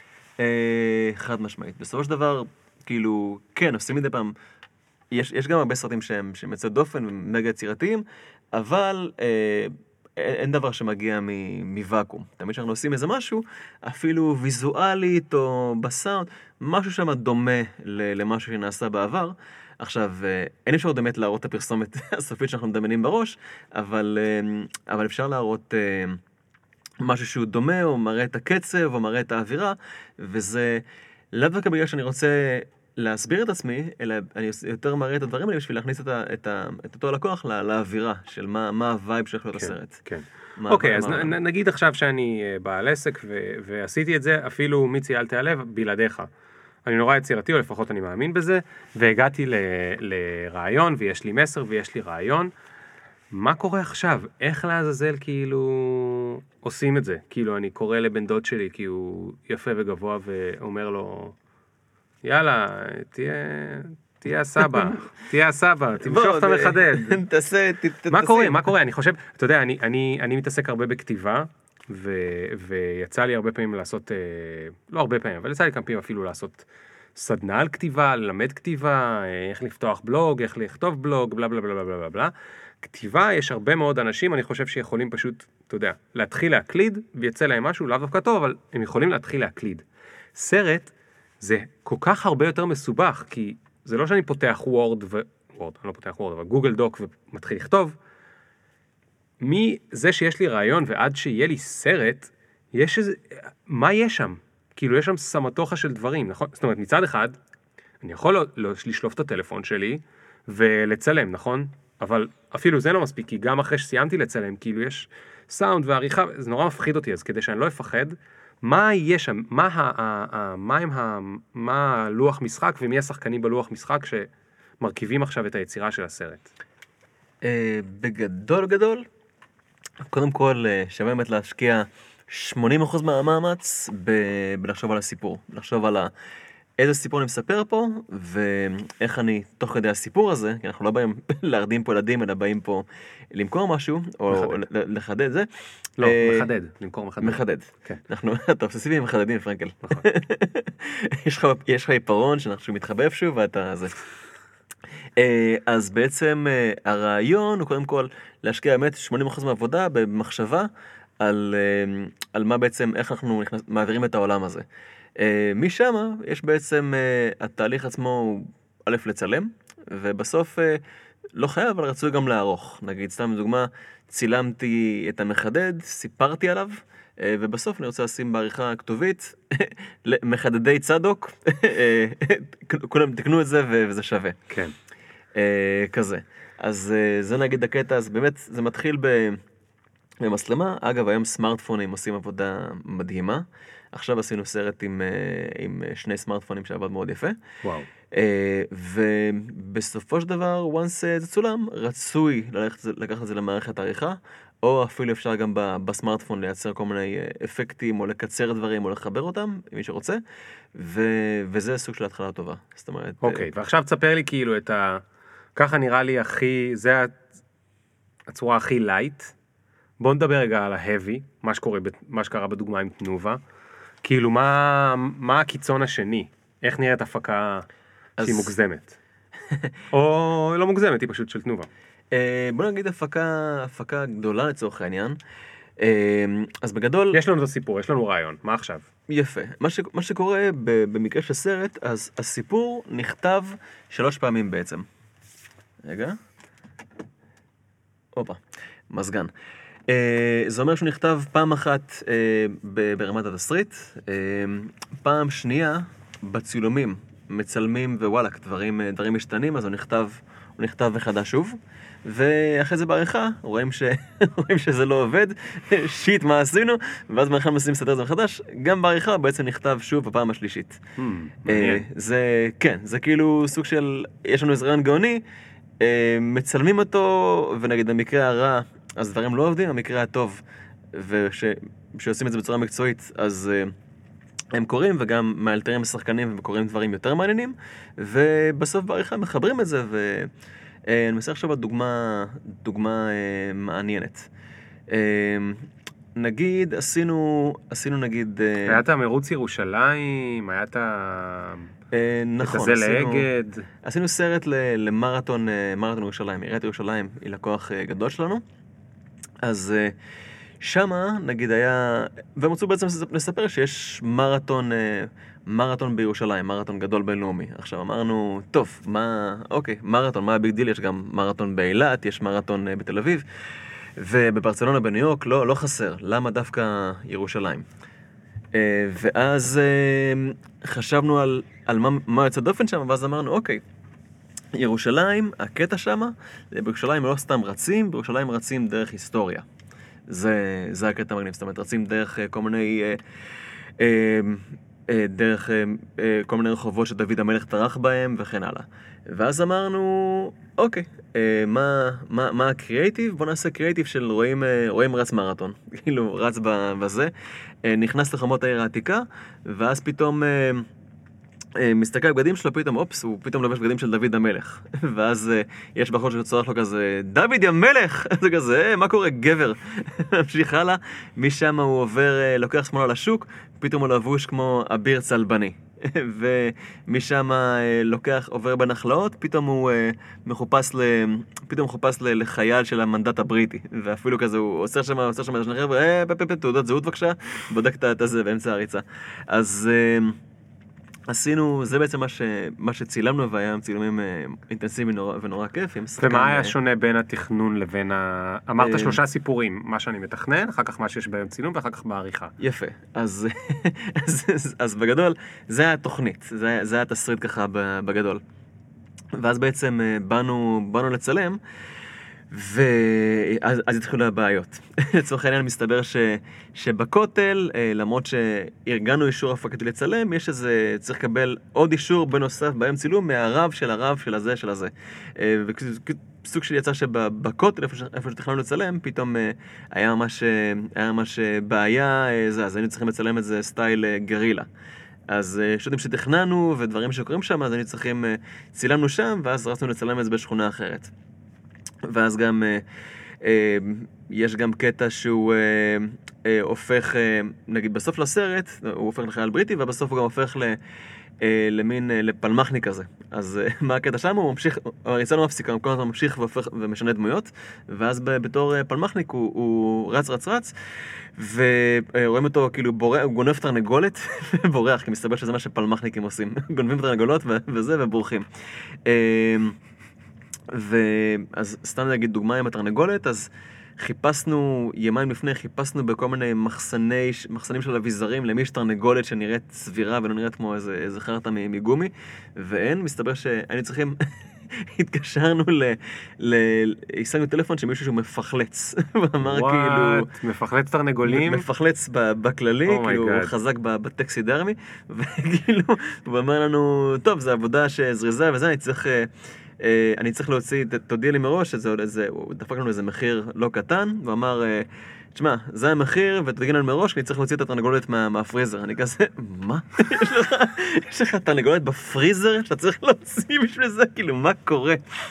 Speaker 1: חד משמעית. בסופו של דבר, כאילו, כן, עושים מדי פעם, יש גם הרבה סרטים שהם יוצאי דופן ומגה יצירתיים, אבל אין דבר שמגיע מוואקום. תמיד שאנחנו עושים איזה משהו, אפילו ויזואלית או בסאונד, משהו שם דומה למשהו שנעשה בעבר. עכשיו, אין אפשר באמת להראות את הפרסומת הסופית שאנחנו מדמיינים בראש, אבל אפשר להראות משהו שהוא דומה, או מראה את הקצב, או מראה את האווירה, וזה לאו דווקא בגלל שאני רוצה להסביר את עצמי, אלא אני יותר מראה את הדברים האלה בשביל להכניס את אותו לקוח לאווירה של מה הווייב של להיות הסרט.
Speaker 2: כן. אוקיי, אז נגיד עכשיו שאני בעל עסק ועשיתי את זה, אפילו מיצי אל תיעלב, בלעדיך. אני נורא יצירתי, או לפחות אני מאמין בזה, והגעתי לרעיון, ויש לי מסר, ויש לי רעיון. מה קורה עכשיו? איך לעזאזל כאילו עושים את זה? כאילו אני קורא לבן דוד שלי, כי הוא יפה וגבוה, ואומר לו, יאללה, תהיה הסבא, תמשוך את המחדד. מה קורה? אני חושב, אתה יודע, אני מתעסק הרבה בכתיבה, ויצא לי הרבה פעמים לעשות, לא הרבה פעמים, אבל יצא לי כמה פעמים אפילו לעשות סדנה על כתיבה, ללמד כתיבה, איך לפתוח בלוג, איך לכתוב בלוג, בלה בלה בלה בלה בלה בלה. כתיבה, יש הרבה מאוד אנשים, אני חושב שיכולים פשוט, אתה יודע, להתחיל להקליד, ויצא להם משהו, לאו דווקא טוב, אבל הם יכולים להתחיל להקליד. סרט, זה כל כך הרבה יותר מסובך, כי זה לא שאני פותח וורד, אני לא פותח וורד, אבל גוגל דוק ומתחיל לכתוב, מזה שיש לי רעיון ועד שיהיה לי סרט, יש איזה, מה יש שם? כאילו יש שם סמטוחה של דברים, נכון? זאת אומרת, מצד אחד, אני יכול לשלוף את הטלפון שלי ולצלם, נכון? אבל אפילו זה לא מספיק, כי גם אחרי שסיימתי לצלם, כאילו יש סאונד ועריכה, זה נורא מפחיד אותי, אז כדי שאני לא אפחד, מה יש שם? מה הלוח משחק ומי השחקנים בלוח משחק שמרכיבים עכשיו את היצירה של הסרט?
Speaker 1: בגדול, קודם כל שווה באמת להשקיע 80% מהמאמץ בלחשוב על הסיפור, לחשוב על איזה סיפור אני מספר פה, ואיך אני תוך כדי הסיפור הזה, כי אנחנו לא באים להרדים פה ילדים, אלא באים פה למכור משהו, או לחדד זה.
Speaker 2: לא, מחדד, למכור מחדד.
Speaker 1: מחדד. אנחנו, אתה אובססיבי מחדדים, פרנקל. נכון. יש לך עיפרון שהוא מתחבא איפשהו, ואתה זה. אז בעצם הרעיון הוא קודם כל להשקיע באמת 80% מהעבודה במחשבה על מה בעצם, איך אנחנו מעבירים את העולם הזה. משם יש בעצם, התהליך עצמו הוא א' לצלם, ובסוף לא חייב, אבל רצוי גם לערוך. נגיד, סתם דוגמה, צילמתי את המחדד, סיפרתי עליו, ובסוף אני רוצה לשים בעריכה כתובית, מחדדי צדוק, כולם תקנו את זה וזה שווה.
Speaker 2: כן.
Speaker 1: כזה. אז זה נגיד הקטע, אז באמת זה מתחיל במצלמה. אגב, היום סמארטפונים עושים עבודה מדהימה. עכשיו עשינו סרט עם שני סמארטפונים שעבד מאוד יפה.
Speaker 2: וואו.
Speaker 1: ובסופו של דבר, once זה צולם, רצוי לקחת את זה למערכת העריכה, או אפילו אפשר גם בסמארטפון לייצר כל מיני אפקטים, או לקצר דברים, או לחבר אותם, מי שרוצה, וזה סוג של התחלה טובה. זאת אומרת...
Speaker 2: אוקיי, ועכשיו תספר לי כאילו ככה נראה לי זה הצורה הכי לייט. בוא נדבר רגע על ההבי, מה שקרה בדוגמה עם תנובה. כאילו, מה הקיצון השני? איך נראית הפקה שהיא מוגזמת? או לא מוגזמת, היא פשוט של תנובה.
Speaker 1: בוא נגיד הפקה גדולה לצורך העניין. אז בגדול...
Speaker 2: יש לנו את הסיפור, יש לנו רעיון. מה עכשיו?
Speaker 1: יפה. מה שקורה במקרה של סרט, אז הסיפור נכתב 3 פעמים בעצם. רגע. הופה, מזגן. זה אומר שהוא נכתב פעם אחת ברמת התסריט, פעם שנייה בצילומים, מצלמים ווואלק, דברים משתנים, אז הוא נכתב מחדש שוב, ואחרי זה בעריכה רואים שזה לא עובד, שיט, מה עשינו? ואז בעריכה מנסים לסדר את זה מחדש, גם בעריכה בעצם נכתב שוב בפעם השלישית. זה כאילו סוג של, יש לנו איזה רעיון גאוני, מצלמים אותו, ונגיד במקרה הרע, אז דברים לא עובדים, המקרה הטוב, ושעושים את זה בצורה מקצועית, אז הם קוראים, וגם מאלתרים לשחקנים, וקוראים דברים יותר מעניינים, ובסוף בעריכה מחברים את זה, ואני מנסה עכשיו דוגמה מעניינת. נגיד, עשינו נגיד...
Speaker 2: היה את המרוץ ירושלים, היה את
Speaker 1: נכון,
Speaker 2: זה לאגד.
Speaker 1: עשינו סרט למרתון ירושלים. עיריית ירושלים היא לקוח גדול שלנו. אז שמה, נגיד, היה... והם רצו בעצם לספר שיש מרתון בירושלים, מרתון גדול בינלאומי. עכשיו אמרנו, טוב, מרתון, מה הביג דיל? יש גם מרתון באילת, יש מרתון בתל אביב, ובברצלונה בניו יורק לא חסר. למה דווקא ירושלים? ואז חשבנו על מה יוצא דופן שם, ואז אמרנו, אוקיי, ירושלים, הקטע שם, בירושלים לא סתם רצים, בירושלים רצים דרך היסטוריה. זה הקטע מגניב, זאת אומרת, רצים דרך כל מיני רחובות שדוד המלך טרח בהם וכן הלאה. ואז אמרנו, אוקיי, מה הקריאייטיב? בוא נעשה קריאייטיב של רואים רץ מרתון. כאילו, רץ בזה, נכנס לחומות העיר העתיקה, ואז פתאום מסתכל על בגדים שלו, הוא פתאום לובש בגדים של דוד המלך. ואז יש בחור שצורח לו כזה, דוד המלך! זה כזה, מה קורה? גבר. ממשיך הלאה, משם הוא עובר, לוקח שמאלה לשוק, פתאום הוא לבוש כמו אביר צלבני. ומשם עובר בנחלאות, פתאום הוא מחופש לחייל של המנדט הבריטי. ואפילו כזה, הוא עושה שם את השני חבר'ה, תעודת זהות בבקשה, בודק את זה באמצע הריצה. אז... עשינו, זה בעצם מה שצילמנו, והיה צילומים אינטנסיביים ונורא כיף.
Speaker 2: ומה היה שונה בין התכנון לבין אמרת 3 סיפורים, מה שאני מתכנן, אחר כך מה שיש בהם צילום, ואחר כך בעריכה.
Speaker 1: יפה. אז בגדול, זה היה התוכנית, זה היה התסריט ככה בגדול. ואז בעצם באנו לצלם, ואז התחילו הבעיות. לצורך העניין מסתבר שבכותל, למרות שארגנו אישור הפקתי לצלם, צריך לקבל עוד אישור בנוסף בהם צילום מהרב של הרב של הזה של הזה. וסוג של יצא שבכותל, איפה שתכננו לצלם, פתאום היה ממש בעיה, אז היינו צריכים לצלם את זה סטייל גרילה. אז שוטים שתכננו ודברים שקורים שם, אז היינו צריכים, צילמנו שם, ואז רצנו לצלם את זה בשכונה אחרת. ואז גם, יש גם קטע שהוא הופך, נגיד בסוף לסרט, הוא הופך לחייל בריטי, ובסוף הוא גם הופך למין, לפלמחני כזה. אז מה הקטע שם? הוא ממשיך, הריצה לא מפסיקה, הוא כל הזמן ממשיך ומשנה דמויות, ואז בתור פלמחניק הוא רץ, ורואים אותו כאילו הוא גונב תרנגולת ובורח, כי מסתבר שזה מה שפלמחניקים עושים. גונבים תרנגולות וזה ובורחים. אז סתם להגיד דוגמה עם התרנגולת, אז חיפשנו, ימיים לפני, חיפשנו בכל מיני מחסנים של אביזרים, למי יש תרנגולת שנראית סבירה ולא נראית כמו איזה חרטה מגומי, ואין, מסתבר שהיינו צריכים, התקשרנו השגנו טלפון שמישהו שהוא מפחלץ, ואמר כאילו...
Speaker 2: מפחלץ תרנגולים?
Speaker 1: מפחלץ בכללי, כאילו הוא חזק בטקסידרמי, וכאילו, הוא אמר לנו, טוב, זו עבודה שזריזה וזה, אני צריך להוציא, תודיע לי מראש, הוא דפק לנו איזה מחיר לא קטן, הוא אמר, תשמע, זה המחיר, ותודיע לנו מראש, כי אני צריך להוציא את התרנגולת מהפריזר. אני כזה, מה? יש לך תרנגולת בפריזר שאתה צריך להוציא בשביל זה? כאילו, מה קורה?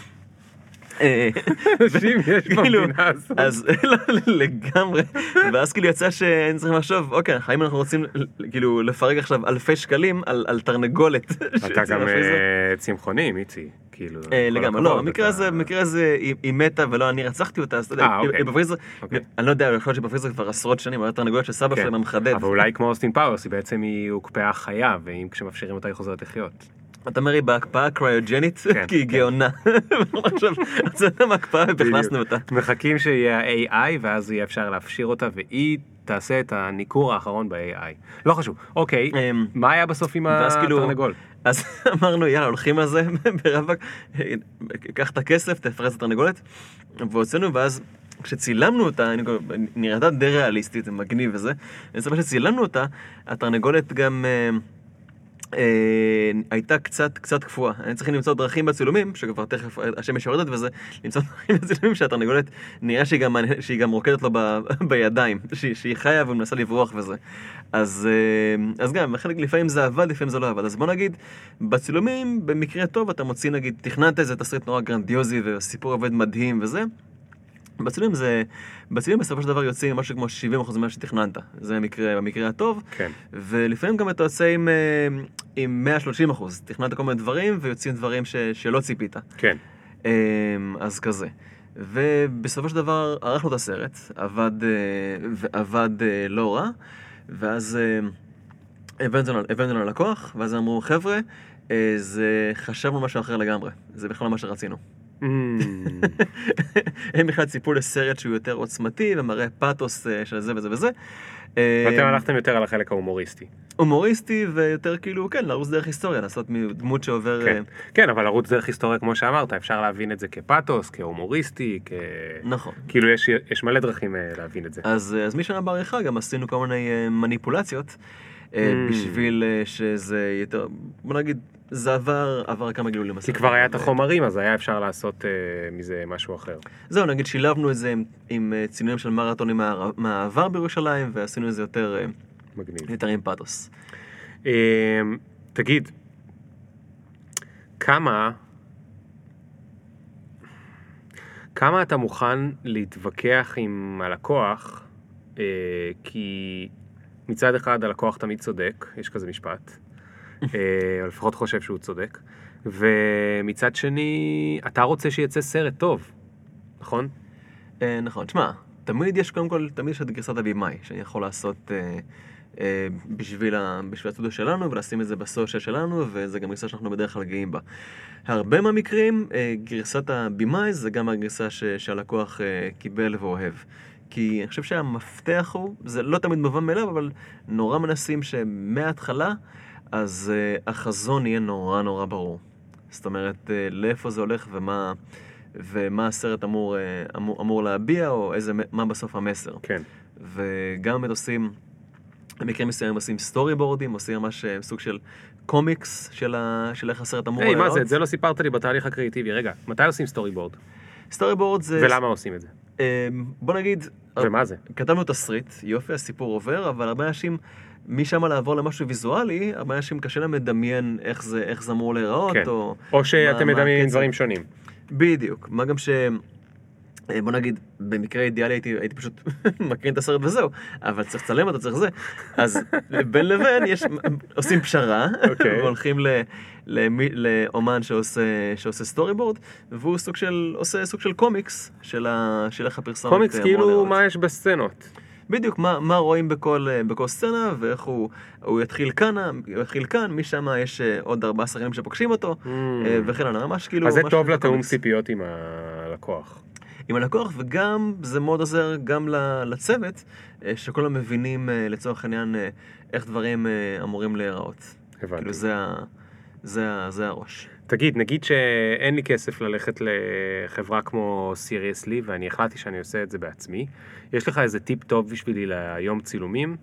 Speaker 2: אנשים יש במדינה הזאת.
Speaker 1: אז לגמרי, ואז כאילו יצא שאני צריך לחשוב, אוקיי, האם אנחנו רוצים כאילו לפרק עכשיו אלפי שקלים על תרנגולת.
Speaker 2: אתה גם צמחוני, מיצי, כאילו.
Speaker 1: לגמרי, לא, המקרה הזה היא מתה ולא אני רצחתי אותה, אז אתה יודע, היא בפריזר, אני לא יודע, יכול להיות שבפריזר כבר עשרות שנים, אבל תרנגולת של סבא שלהם המחדד.
Speaker 2: אבל אולי כמו אוסטין פאוורס, היא בעצם היא הוקפאה חיה, ואם כשמאפשרים אותה היא חוזרת לחיות.
Speaker 1: אתה אומר, היא בהקפאה קריוג'נית, כי היא גאונה. עכשיו, זה מהקפאה והכנסנו אותה.
Speaker 2: מחכים שיהיה ה-AI, ואז יהיה אפשר להפשיר אותה, והיא תעשה את הניכור האחרון ב-AI. לא חשוב. אוקיי, מה היה בסוף עם התרנגול?
Speaker 1: אז אמרנו, יאללה, הולכים על זה ברבק, קח את הכסף, תפרס את התרנגולת, והוצאנו, ואז כשצילמנו אותה, נראתה די ריאליסטית, זה מגניב וזה, אני כשצילמנו אותה, התרנגולת גם... הייתה קצת קפואה. אני צריך למצוא דרכים בצילומים, שכבר תכף השמש יורדת וזה, למצוא דרכים בצילומים שהתרנגולת נראה שהיא גם רוקדת לו בידיים, שהיא חיה ומנסה לברוח וזה. אז גם, חלק לפעמים זה עבד, לפעמים זה לא עבד. אז בוא נגיד, בצילומים, במקרה טוב, אתה מוציא נגיד, תכננת איזה תסריט נורא גרנדיוזי והסיפור עובד מדהים וזה, בצילומים בסופו של דבר יוצאים משהו כמו 70% ממה שתכננת. זה במקרה הטוב.
Speaker 2: כן.
Speaker 1: ולפעמים גם אתה יוצא עם 130%. תכננת כל מיני דברים ויוצאים דברים שלא ציפית.
Speaker 2: כן.
Speaker 1: אז כזה. ובסופו של דבר ערכנו את הסרט, עבד לא רע, ואז הבאנו ללקוח, ואז אמרו, חבר'ה, חשבנו משהו אחר לגמרי. זה בכלל מה שרצינו. הם בכלל ציפו לסרט שהוא יותר עוצמתי ומראה פאטוס של זה וזה וזה.
Speaker 2: ואתם הלכתם יותר על החלק ההומוריסטי.
Speaker 1: הומוריסטי ויותר כאילו, כן, לרוץ דרך היסטוריה, לעשות דמות שעובר...
Speaker 2: כן, אבל לרוץ דרך היסטוריה, כמו שאמרת, אפשר להבין את זה כפאטוס, כהומוריסטי,
Speaker 1: נכון.
Speaker 2: כאילו יש מלא דרכים להבין את זה.
Speaker 1: אז משנה בעריכה גם עשינו כל מיני מניפולציות, בשביל שזה יותר, בוא נגיד, זה עבר כמה גלולים.
Speaker 2: כי כבר היה את החומרים, אז היה אפשר לעשות מזה משהו אחר.
Speaker 1: זהו, נגיד, שילבנו את זה עם צילומים של מרתונים מהעבר בירושלים, ועשינו את זה יותר
Speaker 2: מגניב.
Speaker 1: יותר עם פאטוס.
Speaker 2: תגיד, כמה אתה מוכן להתווכח עם הלקוח, כי מצד אחד הלקוח תמיד צודק, יש כזה משפט, או לפחות חושב שהוא צודק, ומצד שני, אתה רוצה שיצא סרט טוב, נכון?
Speaker 1: נכון, תשמע, תמיד יש קודם כל, תמיד יש את גרסת הבימאי, שאני יכול לעשות בשביל הסטודיו שלנו, ולשים את זה בסושיאל שלנו, וזה גם גרסה שאנחנו בדרך כלל גאים בה. הרבה מהמקרים, גרסת הבימאי זה גם הגרסה שהלקוח קיבל ואוהב. כי אני חושב שהמפתח הוא, זה לא תמיד מובן מאליו, אבל נורא מנסים שמההתחלה, אז החזון יהיה נורא נורא ברור. זאת אומרת, לאיפה זה הולך ומה הסרט אמור להביע, או מה בסוף המסר.
Speaker 2: כן.
Speaker 1: וגם באמת עושים, במקרים מסוימים עושים סטורי בורדים, עושים ממש סוג של קומיקס של איך הסרט אמור
Speaker 2: להיראות. מה זה? את זה לא סיפרת לי בתהליך הקריאיטיבי. רגע, מתי עושים סטורי בורד?
Speaker 1: סטורי בורד זה...
Speaker 2: ולמה עושים את זה?
Speaker 1: בוא נגיד...
Speaker 2: ומה זה?
Speaker 1: כתבנו תסריט, יופי, הסיפור עובר, אבל הרבה אנשים, משם לעבור למשהו ויזואלי, הרבה אנשים קשה להם לדמיין איך זה אמור להיראות,
Speaker 2: כן. או שאתם מדמיינים דברים שונים.
Speaker 1: בדיוק. מה גם ש... בוא נגיד, במקרה אידיאלי הייתי פשוט מקרין את הסרט וזהו, אבל צריך לצלם אותו, צריך זה. אז בין לבין עושים פשרה, והולכים לאומן שעושה סטורי בורד, והוא עושה סוג של קומיקס של איך הפרסומת.
Speaker 2: קומיקס כאילו מה יש בסצנות.
Speaker 1: בדיוק, מה רואים בכל סצנה, ואיך הוא יתחיל כאן, משם יש עוד 4 שחקנים שפוגשים אותו, וכן הלאה, ממש כאילו...
Speaker 2: אז זה טוב לתאום ציפיות עם הלקוח.
Speaker 1: עם הלקוח, וגם זה מאוד עוזר גם לצוות, שכולם מבינים לצורך העניין איך דברים אמורים להיראות.
Speaker 2: הבנתי.
Speaker 1: כאילו זה הראש.
Speaker 2: תגיד, נגיד שאין לי כסף ללכת לחברה כמו Seriously, ואני החלטתי שאני עושה את זה בעצמי. יש לך איזה טיפ טוב בשבילי ליום צילומים?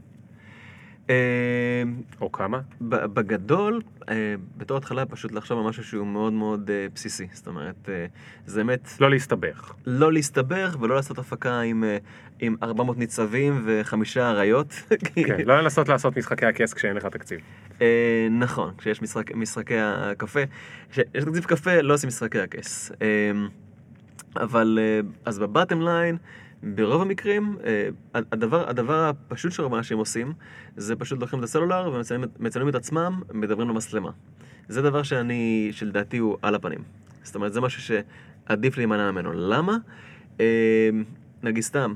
Speaker 2: או כמה?
Speaker 1: בגדול, בתור התחלה פשוט לחשוב על משהו שהוא מאוד מאוד בסיסי. זאת אומרת, זה באמת...
Speaker 2: לא להסתבך.
Speaker 1: לא להסתבך ולא לעשות הפקה עם 400 ניצבים ו5 אריות.
Speaker 2: כן, לא לנסות לעשות משחקי הכס כשאין לך תקציב.
Speaker 1: נכון, כשיש משחקי הקפה. כשיש תקציב קפה, לא עושים משחקי הכס. אבל, אז בבטם ליין, ברוב המקרים, הדבר הפשוט שרוב האנשים עושים, זה פשוט לוקחים את הסלולר ומצלמים את עצמם, מדברים למצלמה. זה דבר שלדעתי הוא על הפנים. זאת אומרת, זה משהו שעדיף להימנע ממנו. למה? נגיד סתם,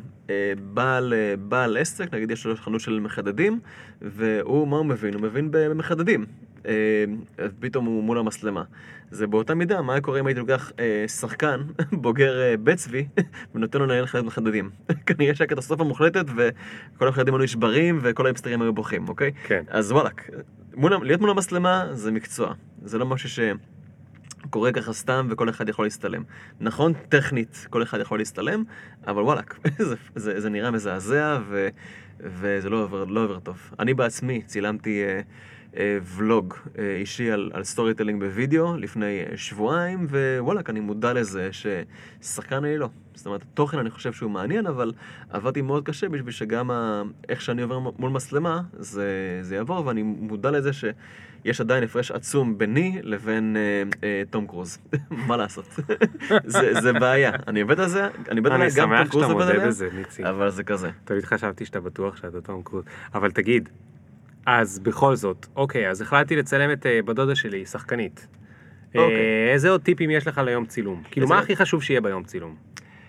Speaker 1: בעל עסק, נגיד יש לו חנות של מחדדים, והוא, מה הוא מבין? הוא מבין במחדדים. פתאום הוא מול המצלמה. זה באותה מידה, מה קורה אם הייתי לוקח שחקן, בוגר בית צבי, ונותן לו לנהל חנות מחדדים. כנראה שהקטסטרופה מוחלטת, וכל המחדדים היו נשברים, וכל האימסטרים היו בוכים, אוקיי?
Speaker 2: כן.
Speaker 1: אז וואלק, להיות מול המצלמה זה מקצוע. זה לא משהו קורה ככה סתם וכל אחד יכול להסתלם. נכון, טכנית, כל אחד יכול להסתלם, אבל וואלק, זה נראה מזעזע וזה לא עובר טוב. אני בעצמי צילמתי ולוג אישי על סטורי טלינג בווידאו לפני שבועיים, ווואלק, אני מודע לזה ששחקן אני לא. זאת אומרת, התוכן אני חושב שהוא מעניין, אבל עבדתי מאוד קשה בשביל שגם איך שאני עובר מול מצלמה, זה יעבור, ואני מודע לזה שיש עדיין הפרש עצום ביני לבין תום קרוז. מה לעשות? זה בעיה. אני עובד על זה, אני עובד עליה, גם תום קרוז עובד עליה, אבל זה כזה.
Speaker 2: תמיד חשבתי שאתה בטוח שאתה תום קרוז. אבל תגיד, אז בכל זאת, אוקיי, אז החלטתי לצלם את בדודה שלי, שחקנית. איזה עוד טיפים יש לך ליום צילום? כאילו, מה הכי חשוב שיהיה ביום צילום?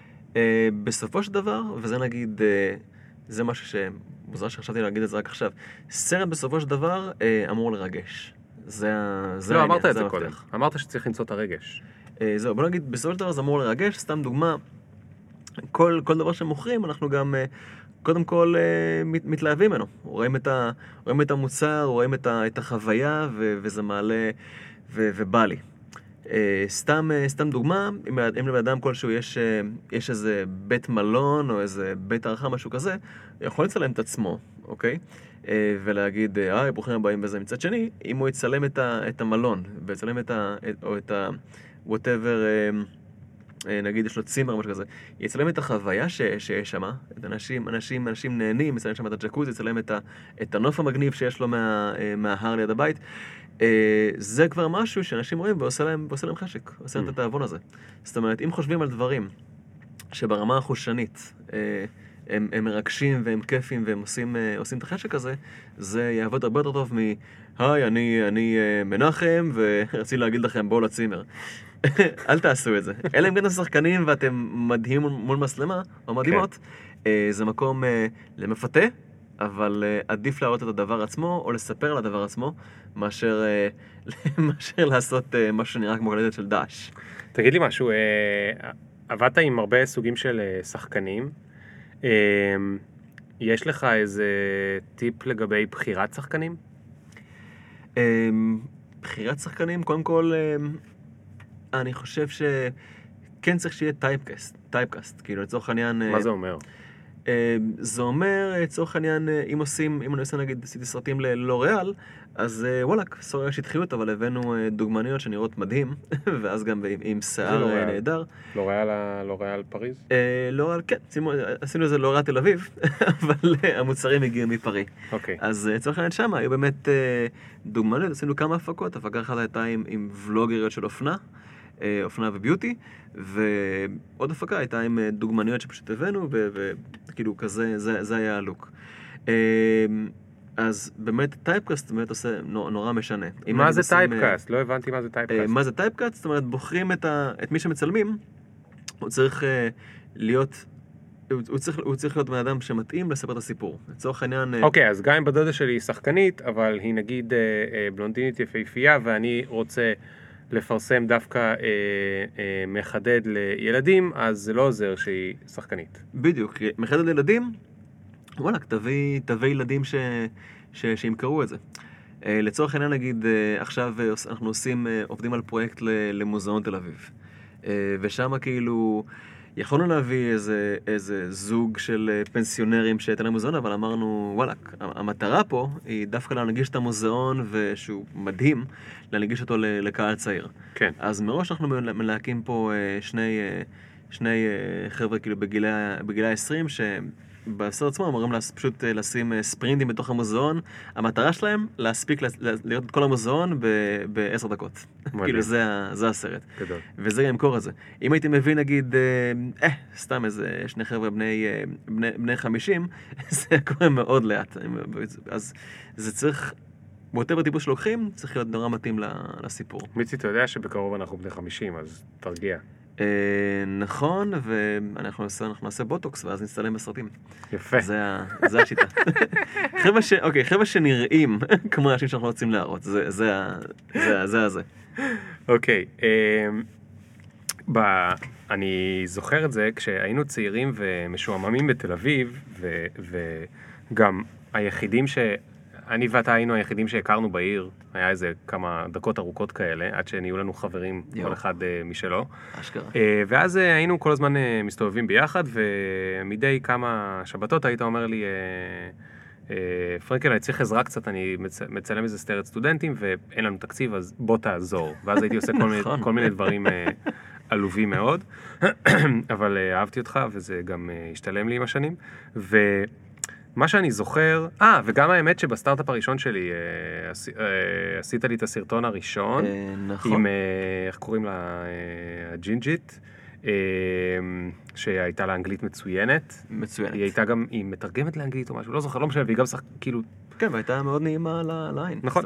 Speaker 1: בסופו של דבר, וזה נגיד, זה משהו שמוזר שחשבתי להגיד את זה רק עכשיו, סרט בסופו של דבר אמור לרגש.
Speaker 2: לא, אמרת את זה קודם. אמרת שצריך למצוא את הרגש.
Speaker 1: זהו, בוא נגיד, בסופו של דבר זה אמור לרגש, סתם דוגמה, כל דבר שמוכרים, אנחנו גם קודם כל מתלהבים ממנו. רואים את המוצר, רואים את החוויה, וזה מעלה ובא לי. סתם דוגמה, אם לבאדם כלשהו יש איזה בית מלון או איזה בית הערכה, משהו כזה, יכול לצלם את עצמו, אוקיי? ולהגיד, ברוכים הבאים בזה. מצד שני, אם הוא יצלם את המלון, ויצלם את whatever, נגיד יש לו צימר או משהו כזה, יצלם את החוויה שיש שם, את אנשים נהנים, יצלם שם את הג'קוז, יצלם את הנוף המגניב שיש לו מההר ליד הבית, זה כבר משהו שאנשים רואים ועושה להם חשק, עושה להם את התאבון הזה. זאת אומרת, אם חושבים על דברים שברמה החושנית הם מרגשים והם כיפים והם עושים את החשק הזה, זה יעבוד הרבה יותר טוב היי, אני מנחם ורציתי להגיד לכם בואו לצימר. אל תעשו את זה. אלה הם גם השחקנים ואתם מדהים מול מצלמה או מדהימות, זה מקום למפתה, אבל עדיף להראות את הדבר עצמו או לספר על הדבר עצמו מאשר לעשות משהו שנראה כמו קלטת של דאעש.
Speaker 2: תגיד לי משהו, עבדת עם הרבה סוגים של שחקנים, יש לך איזה טיפ לגבי בחירת שחקנים?
Speaker 1: בחירת שחקנים, קודם כל, אני חושב שכן צריך שיהיה טייפקאסט, כאילו לצורך העניין...
Speaker 2: מה זה אומר?
Speaker 1: זה אומר, לצורך העניין, אם אני עושה נגיד, עשיתי סרטים ללוריאל, אז וואלק, סורי שטחיות, אבל הבאנו דוגמניות שנראות מדהים, ואז גם עם שיער נהדר.
Speaker 2: לוריאל פריז?
Speaker 1: לוריאל, כן, עשינו איזה לוריאל תל אביב, אבל המוצרים הגיעו מפרי.
Speaker 2: אוקיי.
Speaker 1: אז לצורך העניין שם, היו באמת דוגמניות, עשינו כמה הפקות, הפקה אחת הייתה עם ולוגריות של אופנה וביוטי, ועוד הפקה הייתה עם דוגמניות שפשוט הבאנו, וכאילו כזה, זה היה הלוק. אז באמת טייפקאסט באמת עושה נורא משנה.
Speaker 2: מה זה טייפקאסט? לא הבנתי מה זה טייפקאסט.
Speaker 1: מה זה טייפקאסט? זאת אומרת, בוחרים את מי שמצלמים, הוא צריך להיות הוא צריך להיות בן אדם שמתאים לספר את הסיפור. לצורך העניין...
Speaker 2: אוקיי, אז גם אם בדודה שלי היא שחקנית, אבל היא נגיד בלונדינית יפהפייה, ואני רוצה לפרסם דווקא מחדד לילדים, אז זה לא עוזר שהיא שחקנית.
Speaker 1: בדיוק, מחדד לילדים, וואלה, תביא ילדים שימכרו את זה. לצורך העניין נגיד, עכשיו אנחנו עובדים על פרויקט למוזיאון תל אביב. ושם כאילו, יכולנו להביא איזה זוג של פנסיונרים שהייתה למוזיאון, אבל אמרנו, וואלה, המטרה פה היא דווקא להנגיש את המוזיאון, ושהוא מדהים, להנגיש אותו לקהל צעיר.
Speaker 2: כן.
Speaker 1: אז מראש אנחנו מלהקים פה שני חבר'ה כאילו בגילי 20, שבסרט עצמו אמורים פשוט לשים ספרינטים בתוך המוזיאון. המטרה שלהם להספיק לראות את כל המוזיאון ב10 דקות. כאילו זה הסרט.
Speaker 2: גדול.
Speaker 1: וזה ימכור את זה. אם הייתי מבין נגיד, סתם איזה שני חבר'ה בני 50, זה קורה מאוד לאט. אז זה צריך, באותה בטיפוס שלוקחים, צריך להיות נורא מתאים לסיפור.
Speaker 2: מיצי, אתה יודע שבקרוב אנחנו בני 50, אז תרגיע.
Speaker 1: נכון, ואנחנו נעשה בוטוקס, ואז נצטלם בסרטים.
Speaker 2: יפה.
Speaker 1: זה השיטה. חבר'ה שנראים כמו אנשים שאנחנו רוצים להראות, זה.
Speaker 2: אוקיי, אני זוכר את זה כשהיינו צעירים ומשועממים בתל אביב, וגם היחידים אני ואתה היינו היחידים שהכרנו בעיר, היה איזה כמה דקות ארוכות כאלה, עד שנהיו לנו חברים, כל אחד משלו.
Speaker 1: אשכרה.
Speaker 2: ואז היינו כל הזמן מסתובבים ביחד, ומדי כמה שבתות היית אומר לי, פרנקל, אני צריך עזרה קצת, אני מצלם איזה סרט סטודנטים, ואין לנו תקציב, אז בוא תעזור. ואז הייתי עושה כל מיני דברים עלובים מאוד, אבל אהבתי אותך, וזה גם השתלם לי עם השנים. מה שאני זוכר, וגם האמת שבסטארט-אפ הראשון שלי, עשית לי את הסרטון הראשון,
Speaker 1: נכון.
Speaker 2: עם, איך קוראים לה, הג'ינג'ית, שהייתה לה אנגלית מצוינת.
Speaker 1: מצוינת.
Speaker 2: היא הייתה גם, היא מתרגמת לאנגלית או משהו, לא זוכר, לא משנה, והיא גם כאילו...
Speaker 1: כן, והייתה מאוד נעימה לעין.
Speaker 2: נכון.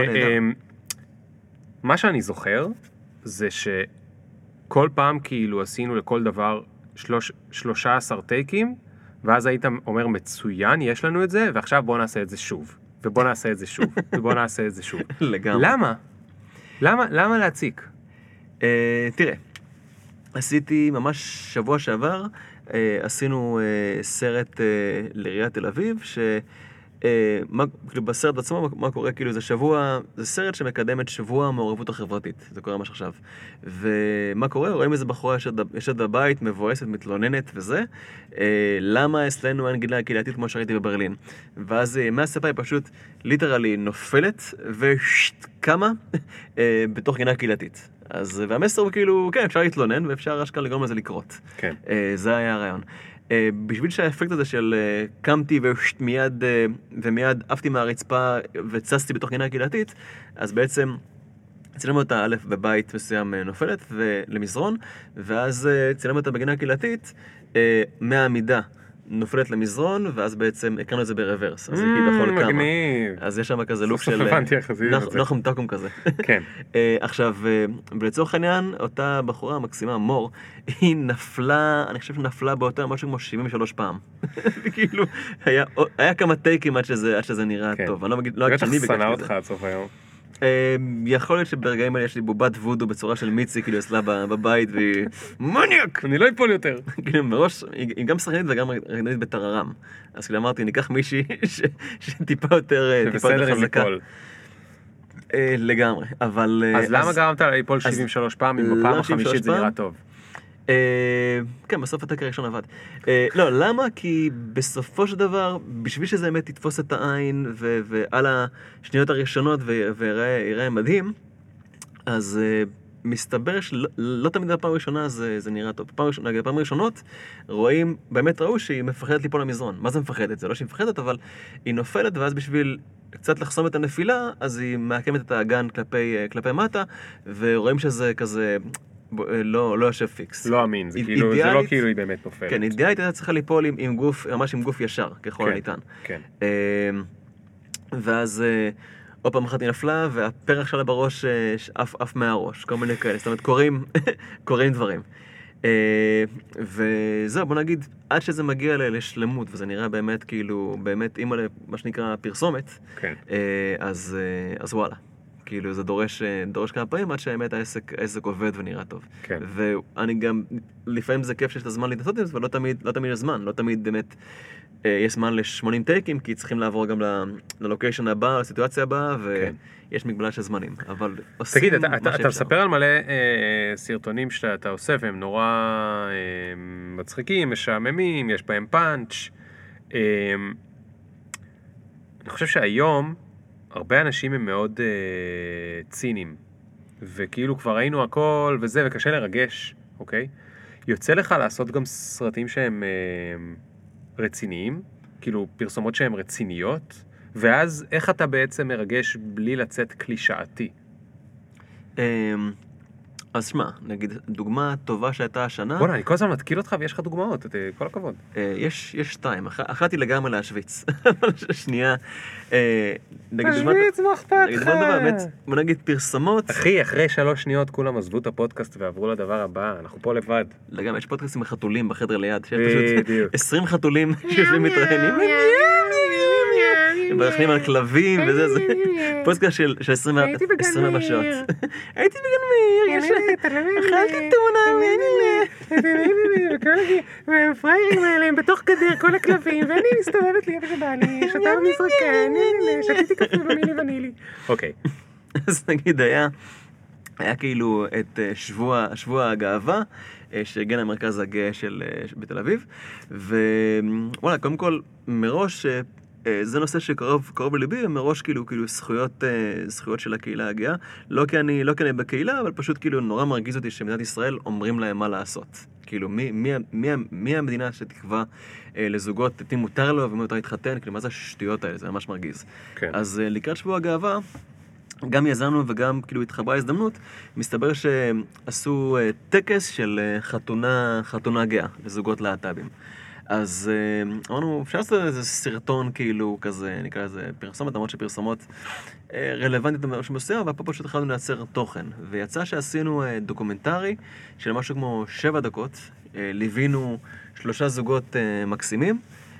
Speaker 2: מה שאני זוכר, זה שכל פעם כאילו עשינו לכל דבר 13 טייקים, ואז היית אומר, מצוין, יש לנו את זה, ועכשיו בוא נעשה את זה שוב. ובוא נעשה את זה שוב. ובוא נעשה את זה שוב.
Speaker 1: לגמרי.
Speaker 2: למה להציק?
Speaker 1: תראה, עשיתי ממש שבוע שעבר, עשינו סרט לעיריית תל אביב, בסרט עצמו, מה קורה, כאילו זה סרט שמקדם את שבוע המעורבות החברתית, זה קורה ממש עכשיו. ומה קורה? רואים איזה בחורה יושבת בבית, מבואסת, מתלוננת וזה, למה אצלנו אין גינה קהילתית כמו שראיתי בברלין. ואז מהספה היא פשוט ליטרלי נופלת וקמה בתוך גינה קהילתית. והמסר הוא כאילו, כן, אפשר להתלונן ואפשר אשכרה לגרום לזה לקרות.
Speaker 2: כן. זה
Speaker 1: היה הרעיון. בשביל שהאפקט הזה של קמתי ומיד עפתי מהרצפה וצסתי בתוך גינה קהילתית, אז בעצם צילם אותה א' בבית מסוים נופלת למזרון, ואז צילם אותה בגינה קהילתית מהעמידה נופלת למזרון, ואז בעצם הקרנו את זה ברוורס. אז היא כביכול קמה.
Speaker 2: מגניב.
Speaker 1: אז יש שם כזה לוק של נחום תקום כזה.
Speaker 2: כן.
Speaker 1: עכשיו, לצורך העניין, אותה בחורה המקסימה, מור, היא נפלה, אני חושב שנפלה באותה משהו כמו 73 פעם. וכאילו, היה כמה טייקים עד שזה נראה טוב. אני לא אגיד שאני ביקשתי את זה.
Speaker 2: שנא אותך עד סוף היום.
Speaker 1: יכול להיות שברגעים האלה יש לי בובת וודו בצורה של מיצי, כאילו אצלה בבית, והיא מניאק!
Speaker 2: אני לא אפול יותר.
Speaker 1: כאילו מראש, היא גם שחקנית וגם רקדנית בטררם. אז כאילו אמרתי, ניקח מישהי שטיפה יותר חזקה. לגמרי, אבל...
Speaker 2: אז למה גרמת ליפול 73 פעם, אם בפעם החמישית זה נראה טוב?
Speaker 1: כן, בסוף הטק הראשון עבד. לא, למה? כי בסופו של דבר, בשביל שזה באמת יתפוס את העין, ועל השניות הראשונות ויראה מדהים, אז מסתבר שלא תמיד בפעם הראשונה זה נראה טוב. בפעם הראשונות רואים, באמת ראו שהיא מפחדת ליפול למזרון. מה זה מפחדת? זה לא שהיא מפחדת, אבל היא נופלת, ואז בשביל קצת לחסום את הנפילה, אז היא מעקמת את האגן כלפי מטה, ורואים שזה כזה... לא יושב פיקס.
Speaker 2: לא אמין, זה לא כאילו היא באמת נופלת.
Speaker 1: כן, אידיאלית הייתה צריכה ליפול עם גוף, ממש עם גוף ישר, ככל הניתן.
Speaker 2: כן.
Speaker 1: ואז עוד פעם אחת היא נפלה, והפרח שלה בראש עף מהראש, כל מיני כאלה. זאת אומרת, קוראים דברים. וזהו, בוא נגיד, עד שזה מגיע לשלמות, וזה נראה באמת כאילו, באמת אימא למה שנקרא פרסומת,
Speaker 2: כן.
Speaker 1: אז וואלה. כאילו זה דורש כמה פעמים עד שהאמת העסק עובד ונראה טוב.
Speaker 2: כן.
Speaker 1: ואני גם, לפעמים זה כיף שיש את הזמן להתנסות עם זה, ולא תמיד יש זמן, לא תמיד באמת יש זמן ל80 טייקים, כי צריכים לעבור גם ללוקיישן הבא, לסיטואציה הבאה, ויש מגבלה של זמנים, אבל עושים
Speaker 2: תגיד,
Speaker 1: מה שאפשר.
Speaker 2: אתה מספר על מלא סרטונים שאתה עושה, והם נורא מצחיקים, משעממים, יש בהם פאנץ'. אני חושב שהיום הרבה אנשים הם מאוד ציניים, וכאילו כבר ראינו הכל וזה, וקשה לרגש, אוקיי? יוצא לך לעשות גם סרטים שהם רציניים, כאילו פרסומות שהן רציניות, ואז איך אתה בעצם מרגש בלי לצאת קלישאתי?
Speaker 1: אז שמה, נגיד, דוגמה טובה שהייתה השנה...
Speaker 2: בוא'נה, אני כל הזמן מתקיל אותך ויש לך דוגמאות, כל הכבוד.
Speaker 1: יש שתיים, אחת היא לגמרי להשוויץ, אבל שנייה...
Speaker 2: להשוויץ, מה אכפת לך?
Speaker 1: בוא נגיד פרסומות...
Speaker 2: אחי, אחרי 3 שניות כולם עזבו את הפודקאסט ועברו לדבר הבא, אנחנו פה לבד.
Speaker 1: לגמרי, יש פודקאסטים עם חתולים בחדר ליד, שיש פשוט 20 חתולים שיושבים מתראיינים. ברחנים על כלבים וזה, זה פודקאסט של 24 שעות. הייתי בגן מאיר, אכלתי טונה,
Speaker 2: והפריירים האלה הם בתוך גדר, כל הכלבים, ואני מסתובבת לי איפה שבא לי, שותה במזרקה, שתיתי קפה במילי ונילי. אוקיי.
Speaker 1: אז נגיד היה כאילו את שבוע הגאווה, שהגן המרכז הגאה בתל אביב, ווואלה, קודם כל, מראש זה נושא שקרוב לליבי, ומראש כאילו זכויות של הקהילה הגאה. לא כי אני בקהילה, אבל פשוט כאילו נורא מרגיז אותי שמדינת ישראל אומרים להם מה לעשות. כאילו, מי המדינה שתקבע לזוגות, את מי מותר לו ומי מותר להתחתן? כאילו, מה זה השטויות האלה? זה ממש מרגיז.
Speaker 2: כן.
Speaker 1: אז לקראת שבוע הגאווה, גם יזמנו וגם כאילו התחברה הזדמנות, מסתבר שעשו טקס של חתונה גאה לזוגות להט"בים. אז אמרנו, אפשר לעשות איזה סרטון כאילו כזה, נקרא לזה פרסומת, למרות שפרסומות רלוונטית למשהו מסוים, אבל פה פשוט החלטנו לייצר תוכן. ויצא שעשינו דוקומנטרי של משהו כמו 7 דקות, ליווינו 3 זוגות מקסימים,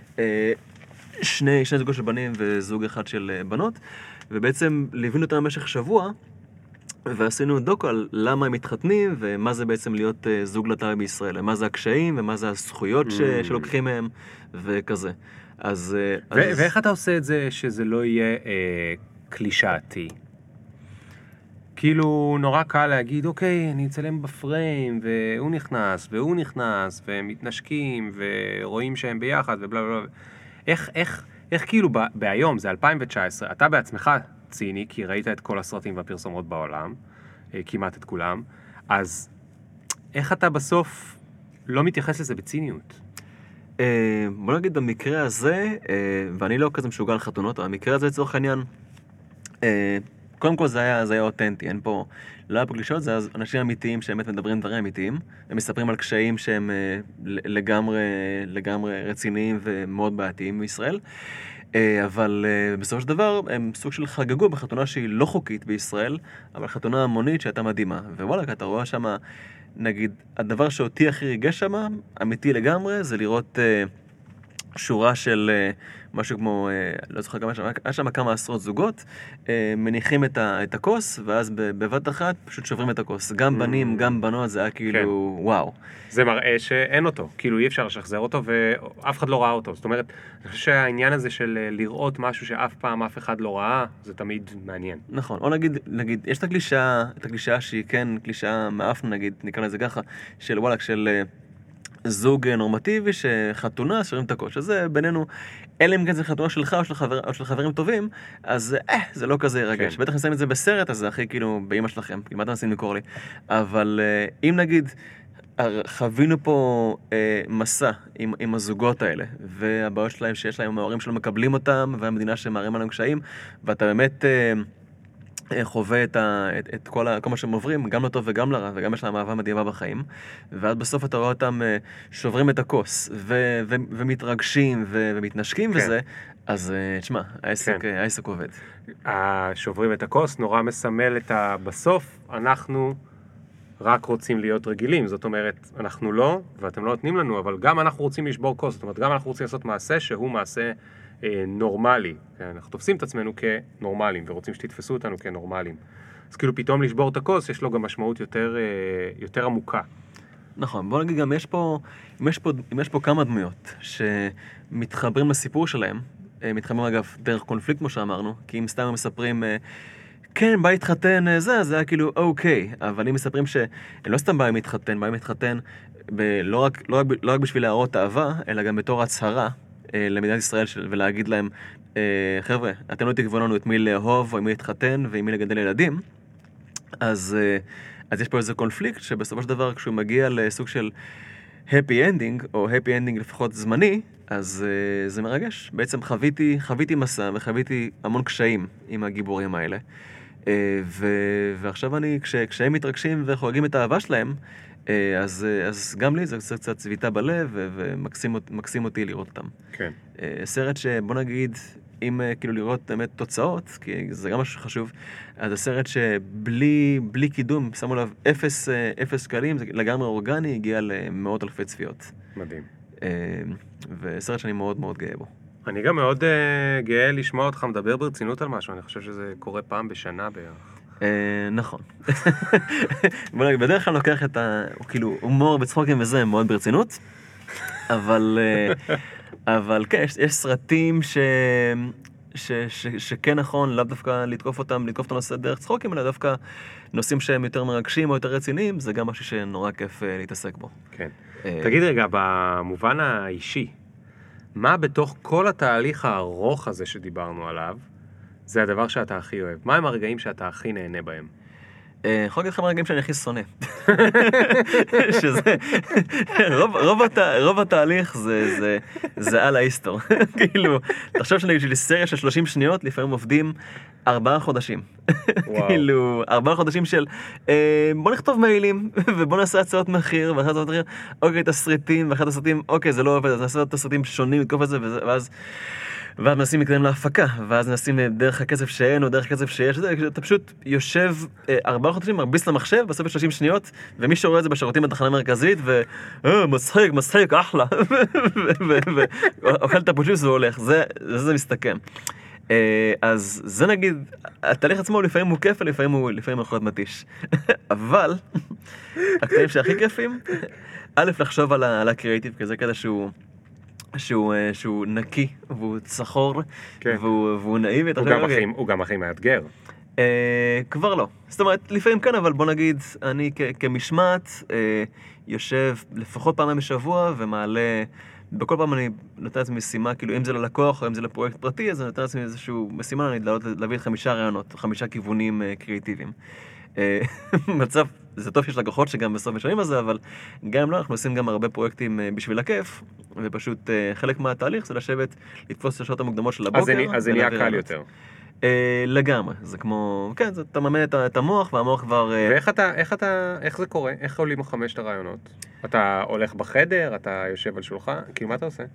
Speaker 1: 2 זוגות של בנים וזוג אחד של בנות, ובעצם ליווינו אותם במשך שבוע, ועשינו דוקו על למה הם מתחתנים, ומה זה בעצם להיות זוג להט"בי בישראל, מה זה הקשיים, ומה זה הזכויות שלוקחים מהם, וכזה.
Speaker 2: ואיך אתה עושה את זה שזה לא יהיה קלישאתי? כאילו נורא קל להגיד, אוקיי, אני אצלם בפריים, והוא נכנס, והם מתנשקים, ורואים שהם ביחד, ובלה בלה בלה. איך כאילו בהיום, זה 2019, אתה בעצמך ציני, כי ראית את כל הסרטים והפרסומות בעולם, כמעט את כולם, אז איך אתה בסוף לא מתייחס לזה בציניות?
Speaker 1: בוא נגיד במקרה הזה, ואני לא כזה משוגע על חתונות, אבל המקרה הזה לצורך העניין, קודם כל זה היה אותנטי, אין פה, לא היה פה קלישאות, זה אנשים אמיתיים שבאמת מדברים דברים אמיתיים, הם מספרים על קשיים שהם לגמרי רציניים ומאוד בעייתיים בישראל, אבל בסופו של דבר הם סוג של חגגו בחתונה שהיא לא חוקית בישראל, אבל חתונה המונית שהייתה מדהימה, ווואלה, אתה רואה שמה, נגיד, הדבר שאותי הכי ריגש שמה, אמיתי לגמרי, זה לראות שורה של משהו כמו, לא זוכר גם, היה שם כמה עשרות זוגות, מניחים את הכוס, ואז בבת אחת פשוט שוברים את הכוס. גם בנים, גם בנות, זה היה כאילו, וואו.
Speaker 2: זה מראה שאין אותו, כאילו אי אפשר לשחזר אותו, ואף אחד לא ראה אותו. זאת אומרת, אני חושב שהעניין הזה של לראות משהו שאף פעם אף אחד לא ראה, זה תמיד מעניין.
Speaker 1: נכון, או נגיד, יש את הקלישאה שהיא כן קלישאה מאפנה, נגיד, נקרא לזה ככה, של וואלק, של זוג נורמטיבי שחתונה שרים את הכוס, שזה בינינו, אלא אם כן זה חתונה שלך או של חברים טובים, אז זה לא כזה רגש. בטח נסיים את זה בסרט, אז זה הכי כאילו באמא שלכם, מה אתם מנסים לקרוא לי. אבל אם נגיד, חווינו פה מסע עם הזוגות האלה, והבעיות שלהם שיש להם, ההורים שלא מקבלים אותם, והמדינה שמערים עליהם קשיים, ואתה באמת חווה את כל מה שהם עוברים, גם לטוב וגם לרע, וגם יש להם אהבה מדהימה בחיים, ואז בסוף אתה רואה אותם שוברים את הכוס, ומתרגשים ומתנשקים וזה, אז תשמע, העסק עובד.
Speaker 2: שוברים את הכוס, נורא מסמל את בסוף, אנחנו רק רוצים להיות רגילים, זאת אומרת, אנחנו לא, ואתם לא נותנים לנו, אבל גם אנחנו רוצים לשבור כוס, זאת אומרת, גם אנחנו רוצים לעשות מעשה שהוא מעשה נורמלי. אנחנו תופסים את עצמנו כנורמלים, ורוצים שתתפסו אותנו כנורמלים. אז כאילו פתאום לשבור את הכוס, יש לו גם משמעות יותר עמוקה.
Speaker 1: נכון, בוא נגיד גם, יש פה כמה דמויות שמתחברים לסיפור שלהם, מתחברים אגב דרך קונפליקט כמו שאמרנו, כי אם סתם הם מספרים, כן, בא להתחתן, זה היה כאילו אוקיי, אבל אם מספרים שהם לא סתם באים להתחתן, לא רק בשביל להראות אהבה, אלא גם בתור הצהרה למדינת ישראל ולהגיד להם, חבר'ה, אתם לא תקבעו לנו את מי לאהוב או עם מי להתחתן ועם מי לגדל ילדים, אז יש פה איזה קונפליקט שבסופו של דבר כשהוא מגיע לסוג של happy ending, או happy ending לפחות זמני, אז זה מרגש. בעצם חוויתי מסע וחוויתי המון קשיים עם הגיבורים האלה. ועכשיו כשהם מתרגשים וחוגגים את האהבה שלהם, אז גם לי זה קצת צביטה בלב ומקסים אותי לראות אותם.
Speaker 2: כן.
Speaker 1: סרט שבוא נגיד, אם כאילו לראות באמת תוצאות, כי זה גם משהו חשוב, אז הסרט שבלי קידום, שמו עליו 0 שקלים, זה לגמרי אורגני, הגיע למאות אלפי צפיות.
Speaker 2: מדהים.
Speaker 1: וסרט שאני מאוד מאוד גאה בו.
Speaker 2: אני גם מאוד גאה לשמוע אותך מדבר ברצינות על משהו, אני חושב שזה קורה פעם בשנה בערך.
Speaker 1: נכון. בדרך כלל לוקח את כאילו הומור בצחוקים וזה מאוד ברצינות, אבל כן, יש סרטים שכן נכון, לאו דווקא לתקוף את הנושא דרך צחוקים, אלא דווקא נושאים שהם יותר מרגשים או יותר רציניים, זה גם משהו שנורא כיף להתעסק בו.
Speaker 2: כן. תגיד רגע, במובן האישי, מה בתוך כל התהליך הארוך הזה שדיברנו עליו, זה הדבר שאתה הכי אוהב? מה הם הרגעים שאתה הכי נהנה בהם?
Speaker 1: יכול להגיד לכם הרגעים שאני הכי שונא. שזה, רוב התהליך זה על ההיסטור. כאילו, תחשוב שאני סריה של 30 שניות, לפעמים עובדים 4 חודשים. כאילו, 4 חודשים של, בוא נכתוב מיילים, ובוא נעשה הצעות מחיר, ואחרי הצעות מחיר, אוקיי, תסריטים, ואחרי תסריטים, אוקיי, זה לא עובד, אז נעשה תסריטים שונים, נתקוף את זה, ואז מנסים להתקדם להפקה, ואז מנסים דרך הכסף שאין או דרך הכסף שיש, אתה פשוט יושב 4 חודשים, מרביס למחשב, בסוף 30 שניות, ומי שרואה את זה בשירותים בתחנה המרכזית, מצחיק, אחלה, ואוכל את הפוצ'יס והולך, זה מסתכם. אז זה נגיד, התהליך עצמו לפעמים הוא כיף, לפעמים הוא יכול להיות מתיש. אבל, הקטעים שהכי כיפים, א', לחשוב על הקריאיטיב, כי זה כזה שהוא נקי, והוא צחור, כן. והוא נאיבי.
Speaker 2: הוא גם הכי מאתגר.
Speaker 1: כבר לא. זאת אומרת, לפעמים כן, אבל בוא נגיד, אני כמשמעת יושב לפחות פעם בשבוע ומעלה, בכל פעם אני נותן לעצמי משימה, כאילו אם זה ללקוח או אם זה לפרויקט פרטי, אז אני נותן לעצמי איזשהו משימה, אני להביא 5 רעיונות, 5 כיוונים קריאטיביים. מצב, זה טוב שיש לקוחות שגם בסוף משלמים על זה, אבל גם לא, אנחנו עושים גם הרבה פרויקטים בשביל הכיף, ופשוט חלק מהתהליך זה לשבת, לתפוס את השעות המוקדמות של הבוקר.
Speaker 2: אז זה נהיה קל יותר.
Speaker 1: לגמרי, זה כמו, כן, אתה מממן את המוח, והמוח כבר...
Speaker 2: איך זה קורה? איך עולים 5 הרעיונות? אתה הולך בחדר, אתה יושב על שולחן, כאילו מה אתה עושה?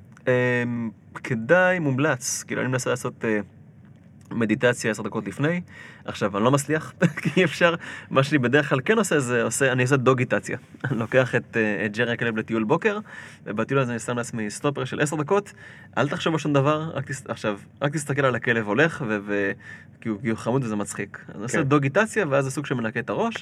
Speaker 1: כדאי מומלץ, כאילו אני מנסה לעשות מדיטציה 10 דקות לפני, עכשיו אני לא מצליח, כי אפשר, מה שאני בדרך כלל כן עושה, אני עושה דוגיטציה. אני לוקח את ג'רי הכלב לטיול בוקר, ובטיול הזה אני שם לעצמי סטופר של 10 דקות, אל תחשוב על שום דבר, רק תסתכל על הכלב הולך, כי הוא חמוד וזה מצחיק. אני עושה דוגיטציה, ואז זה סוג שמנקה את הראש,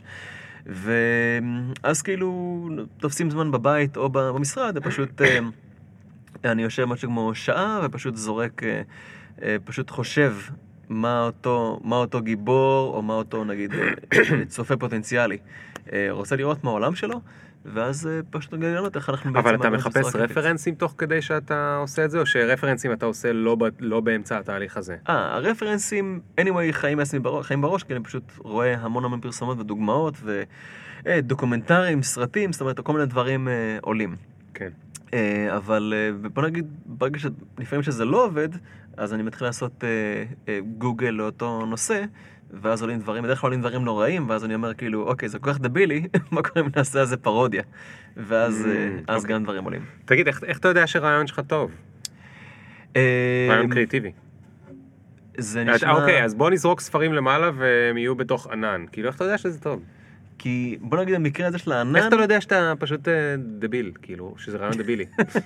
Speaker 1: ואז כאילו תופסים זמן בבית או במשרד, ופשוט אני יושב משהו כמו שעה, ופשוט זורק, פשוט חושב מה אותו גיבור, או מה אותו, נגיד, צופה פוטנציאלי. רוצה לראות מה העולם שלו, ואז פשוט נגלנות איך אנחנו...
Speaker 2: אבל אתה מחפש רפרנסים תוך כדי שאתה עושה את זה, או שרפרנסים אתה עושה לא באמצע התהליך הזה?
Speaker 1: הרפרנסים, anyway, חיים בראש, כי אני פשוט רואה המון פרסומות ודוגמאות, ודוקומנטרים, סרטים, זאת אומרת, כל מיני דברים עולים.
Speaker 2: כן.
Speaker 1: אבל בוא נגיד, ברגע לפעמים שזה לא עובד, אז אני מתחיל לעשות גוגל לאותו נושא, ואז עולים דברים, בדרך כלל עולים דברים נוראים, ואז אני אומר כאילו, אוקיי, זה כל כך דבילי, מה קורה אם נעשה איזה פרודיה? ואז גם דברים עולים.
Speaker 2: תגיד, איך אתה יודע שהרעיון שלך טוב? רעיון קריאטיבי.
Speaker 1: זה נשמע...
Speaker 2: אוקיי, אז בוא נזרוק ספרים למעלה והם יהיו בתוך ענן. כאילו, איך אתה יודע שזה טוב?
Speaker 1: כי בוא נגיד המקרה הזה של הענן...
Speaker 2: איך אתה לא יודע שאתה פשוט דביל, כאילו, שזה רעיון דבילי?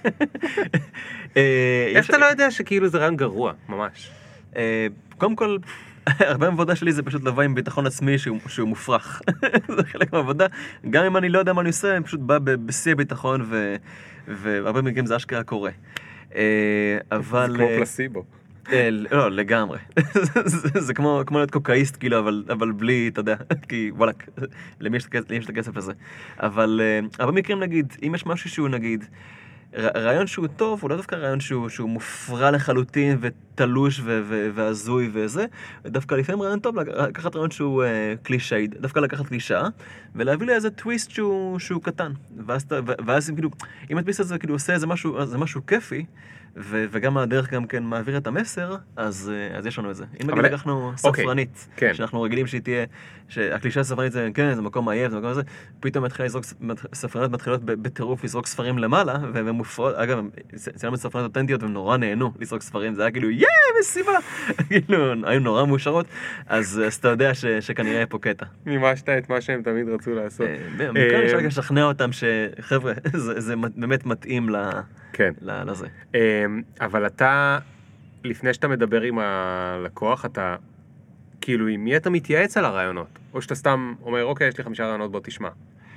Speaker 2: איך אתה לא יודע שכאילו זה רעיון גרוע, ממש?
Speaker 1: קודם כל, הרבה מהעבודה שלי זה פשוט לבוא עם ביטחון עצמי שהוא מופרך. זה חלק מהעבודה. גם אם אני לא יודע מה אני עושה, אני פשוט בא בשיא הביטחון, והרבה מקרים זה אשכרה קורה. אבל...
Speaker 2: זה כמו פלסיבו.
Speaker 1: לא, לגמרי. זה כמו להיות קוקאיסט, כאילו, אבל בלי, אתה יודע, כי וואלק, למי יש את הכסף הזה. אבל הרבה מקרים, נגיד, אם יש משהו שהוא, נגיד, רעיון שהוא טוב, הוא לא דווקא רעיון שהוא מופרע לחלוטין ותלוש והזוי וזה, דווקא לפעמים רעיון טוב לקחת רעיון שהוא קלישאי, דווקא לקחת קלישאה, ולהביא לי איזה טוויסט שהוא קטן. ואז כאילו, אם הטוויסט הזה כאילו עושה איזה משהו כיפי, וגם הדרך גם כן מעביר את המסר, אז יש לנו את זה. אם נגיד לקחנו ספרנית, שאנחנו רגילים שהיא תהיה, שהקלישה הספרנית זה, כן, זה מקום מעייף, זה מקום הזה, פתאום ספרניות מתחילות בטירוף לזרוק ספרים למעלה, והן מופרות, אגב, צילם את ספרניות אותנטיות, והם נורא נהנו לזרוק ספרים, זה היה כאילו, מסיבה! כאילו, היו נורא מאושרות, אז אתה יודע שכנראה פה קטע.
Speaker 2: מימשת את מה שהם תמיד רצו לעשות.
Speaker 1: מכאן אפשר לשכנע אותם שחבר'ה, זה באמת מתאים לזה.
Speaker 2: אבל אתה, לפני שאתה מדבר עם הלקוח, אתה, כאילו, עם מי אתה מתייעץ על הרעיונות? או שאתה סתם אומר, אוקיי, יש לי 5 רעיונות, בוא תשמע.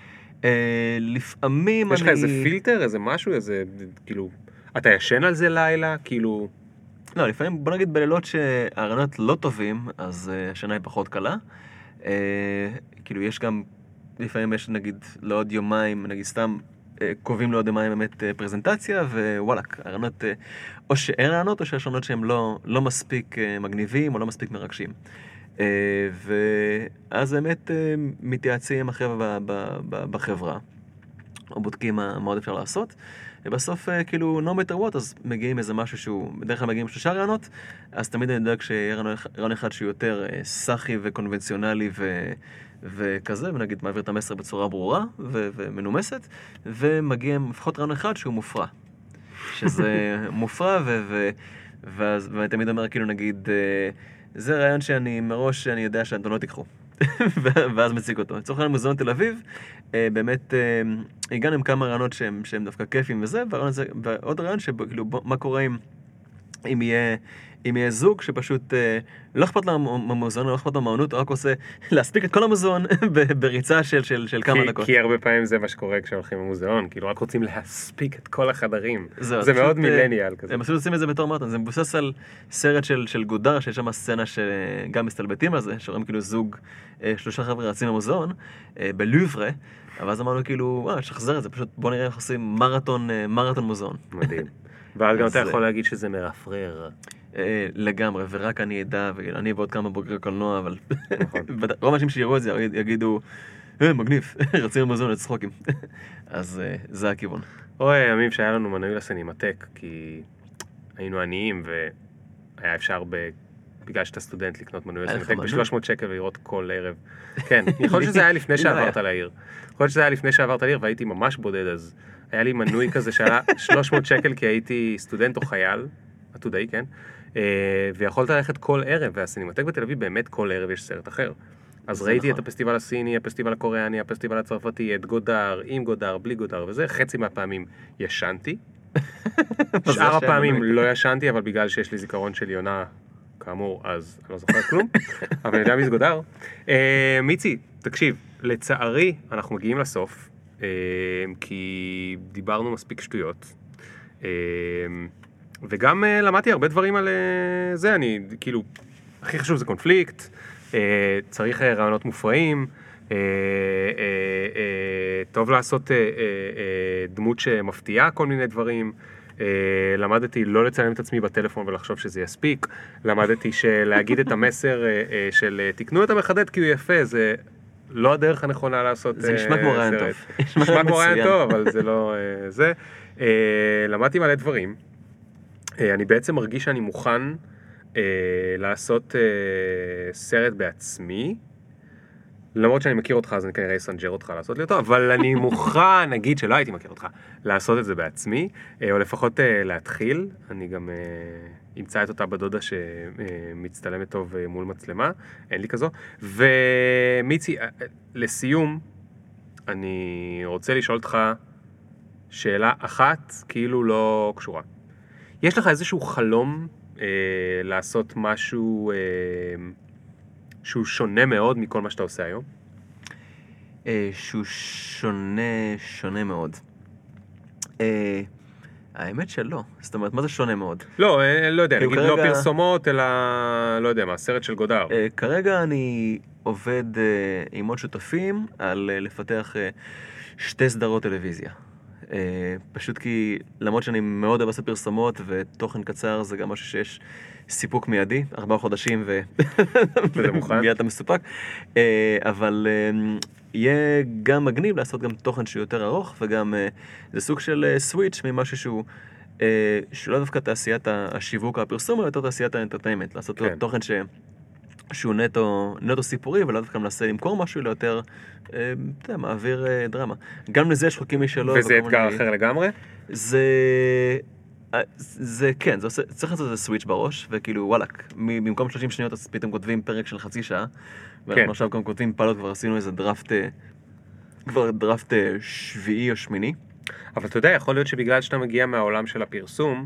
Speaker 1: לפעמים
Speaker 2: יש לך איזה פילטר, איזה משהו, איזה, כאילו, אתה ישן על זה לילה, כאילו...
Speaker 1: לא, לפעמים, בוא נגיד בלילות שהרעיונות לא טובים, אז השינה היא פחות קלה. כאילו, יש גם, לפעמים יש, נגיד, לעוד יומיים, נגיד, סתם, קובעים לעוד יומיים באמת פרזנטציה, ווואלק, הרעיונות, או שאין רעיונות, או שיש רעיונות שהם לא מספיק מגניבים, או לא מספיק מרגשים. ואז באמת מתייעצים החבר'ה בחברה, או בודקים מה עוד אפשר לעשות, ובסוף כאילו no matter what, אז מגיעים איזה משהו שהוא, בדרך כלל מגיעים 3 רעיונות, אז תמיד אני דואג שיהיה רעיון אחד שהוא יותר סחי וקונבנציונלי וכזה, ונגיד מעביר את המסר בצורה ברורה ומנומסת, ומגיע לפחות רעיון אחד שהוא מופרע. שזה מופרע, ואני תמיד אומר כאילו נגיד, זה רעיון שאני מראש אני יודע שאתם לא תיקחו. ואז מציג אותו. לצורך העניין מוזיאון תל אביב, באמת הגענו עם כמה רעיונות שהם דווקא כיפים וזה, ועוד רעיון שכאילו מה קורה אם יהיה זוג שפשוט לא אכפת לו מהמוזיאון, לא אכפת לו מהאמנות, הוא רק עושה להספיק את כל המוזיאון בריצה של כמה דקות.
Speaker 2: כי הרבה פעמים זה מה שקורה כשהולכים למוזיאון, כאילו רק רוצים להספיק את כל החדרים. זה מאוד מילניאל כזה.
Speaker 1: הם פשוט עושים את זה בתור מרתון, זה מבוסס על סרט של גודר, שיש שם סצנה שגם מסתלבטים על זה, שרואים כאילו זוג 3 חבר'ה רצים למוזיאון, בלוברה, אבל אז אמרנו כאילו, שחזר את זה, פשוט בוא נראה איך עושים מרתון מוזיאון.
Speaker 2: מדהים. ואז גם אתה יכול להגיד שזה מרפרר.
Speaker 1: לגמרי, ורק אני אדע, ואני ועוד כמה בוגרי קולנוע, אבל רוב האנשים שיראו את זה יגידו, מגניב, רצים למוזיאון לצחוקים. אז זה הכיוון.
Speaker 2: אוי, ימים שהיה לנו מנוי לסינמטק, כי היינו עניים, והיה אפשר בגלל שאתה סטודנט לקנות מנוי לסינמטק ב-300 שקל ולראות כל ערב. כן, יכול להיות שזה היה לפני שעברת לעיר. יכול להיות שזה היה לפני שעברת לעיר, והייתי ממש בודד, אז היה לי מנוי כזה שהיה 300 שקל, כי הייתי סטודנט או חייל, עתודאי, כן? ויכולת ללכת כל ערב, והסינמטק בתל אביב באמת כל ערב יש סרט אחר. אז ראיתי את הפסטיבל הסיני, הפסטיבל הקוריאני, הפסטיבל הצרפתי, את גודר, עם גודר, בלי גודר, וזה חצי מהפעמים ישנתי. שאר הפעמים לא ישנתי, אבל בגלל שיש לי זיכרון של יונה, כאמור, אז אני לא זוכר כלום. אבל אני יודע מי זה גודר. מיצי, תקשיב, לצערי אנחנו מגיעים לסוף, כי דיברנו מספיק שטויות. וגם למדתי הרבה דברים על זה, אני כאילו, הכי חשוב זה קונפליקט, צריך רעיונות מופרעים, טוב לעשות דמות שמפתיעה כל מיני דברים, למדתי לא לצלם את עצמי בטלפון ולחשוב שזה יספיק, למדתי שלהגיד את המסר של תקנו את המחדד כי הוא יפה, זה לא הדרך הנכונה לעשות סרט.
Speaker 1: זה נשמע כמו רעיון טוב.
Speaker 2: נשמע כמו רעיון טוב, אבל זה לא זה. למדתי מלא דברים. אני בעצם מרגיש שאני מוכן לעשות סרט בעצמי, למרות שאני מכיר אותך, אז אני כנראה אסנג'ר אותך לעשות לי אותו, אבל אני מוכן, נגיד שלא הייתי מכיר אותך, לעשות את זה בעצמי, או לפחות להתחיל. אני גם אמצא את אותה בדודה שמצטלמת טוב מול מצלמה, אין לי כזו. ומיצי, לסיום, אני רוצה לשאול אותך שאלה אחת, כאילו לא קשורה. יש לך איזשהו חלום לעשות משהו שהוא שונה מאוד מכל מה שאתה עושה היום?
Speaker 1: שהוא שונה מאוד. האמת שלא. זאת אומרת, מה זה שונה מאוד?
Speaker 2: לא, לא יודע, נגיד
Speaker 1: כרגע...
Speaker 2: לא פרסומות, אלא, לא יודע מה, סרט של גודר.
Speaker 1: כרגע אני עובד עם עוד שותפים על לפתח 2 סדרות טלוויזיה. פשוט כי, למרות שאני מאוד אוהב לעשות פרסומות ותוכן קצר, זה גם משהו שיש סיפוק מיידי, 4 חודשים
Speaker 2: וזה מוכן.
Speaker 1: מיד אתה מסופק. אבל יהיה גם מגניב לעשות גם תוכן שהוא יותר ארוך, וגם זה סוג של סוויץ' ממשהו שהוא לא דווקא תעשיית השיווק הפרסום, אלא יותר תעשיית האנטרטיימנט, לעשות תוכן שהוא נטו סיפורי, ולא דווקא מנסה למכור משהו, אלא יותר מעביר דרמה. גם לזה יש חוקים משלו.
Speaker 2: וזה אתגר אחר לגמרי?
Speaker 1: זה כן, צריך לעשות איזה סוויץ' בראש, וכאילו וואלק, במקום 30 שניות אז פתאום כותבים פרק של חצי שעה, ואנחנו עכשיו גם כותבים פלוט, כבר עשינו איזה דראפט 7 או 8.
Speaker 2: אבל אתה יודע, יכול להיות שבגלל שאתה מגיע מהעולם של הפרסום,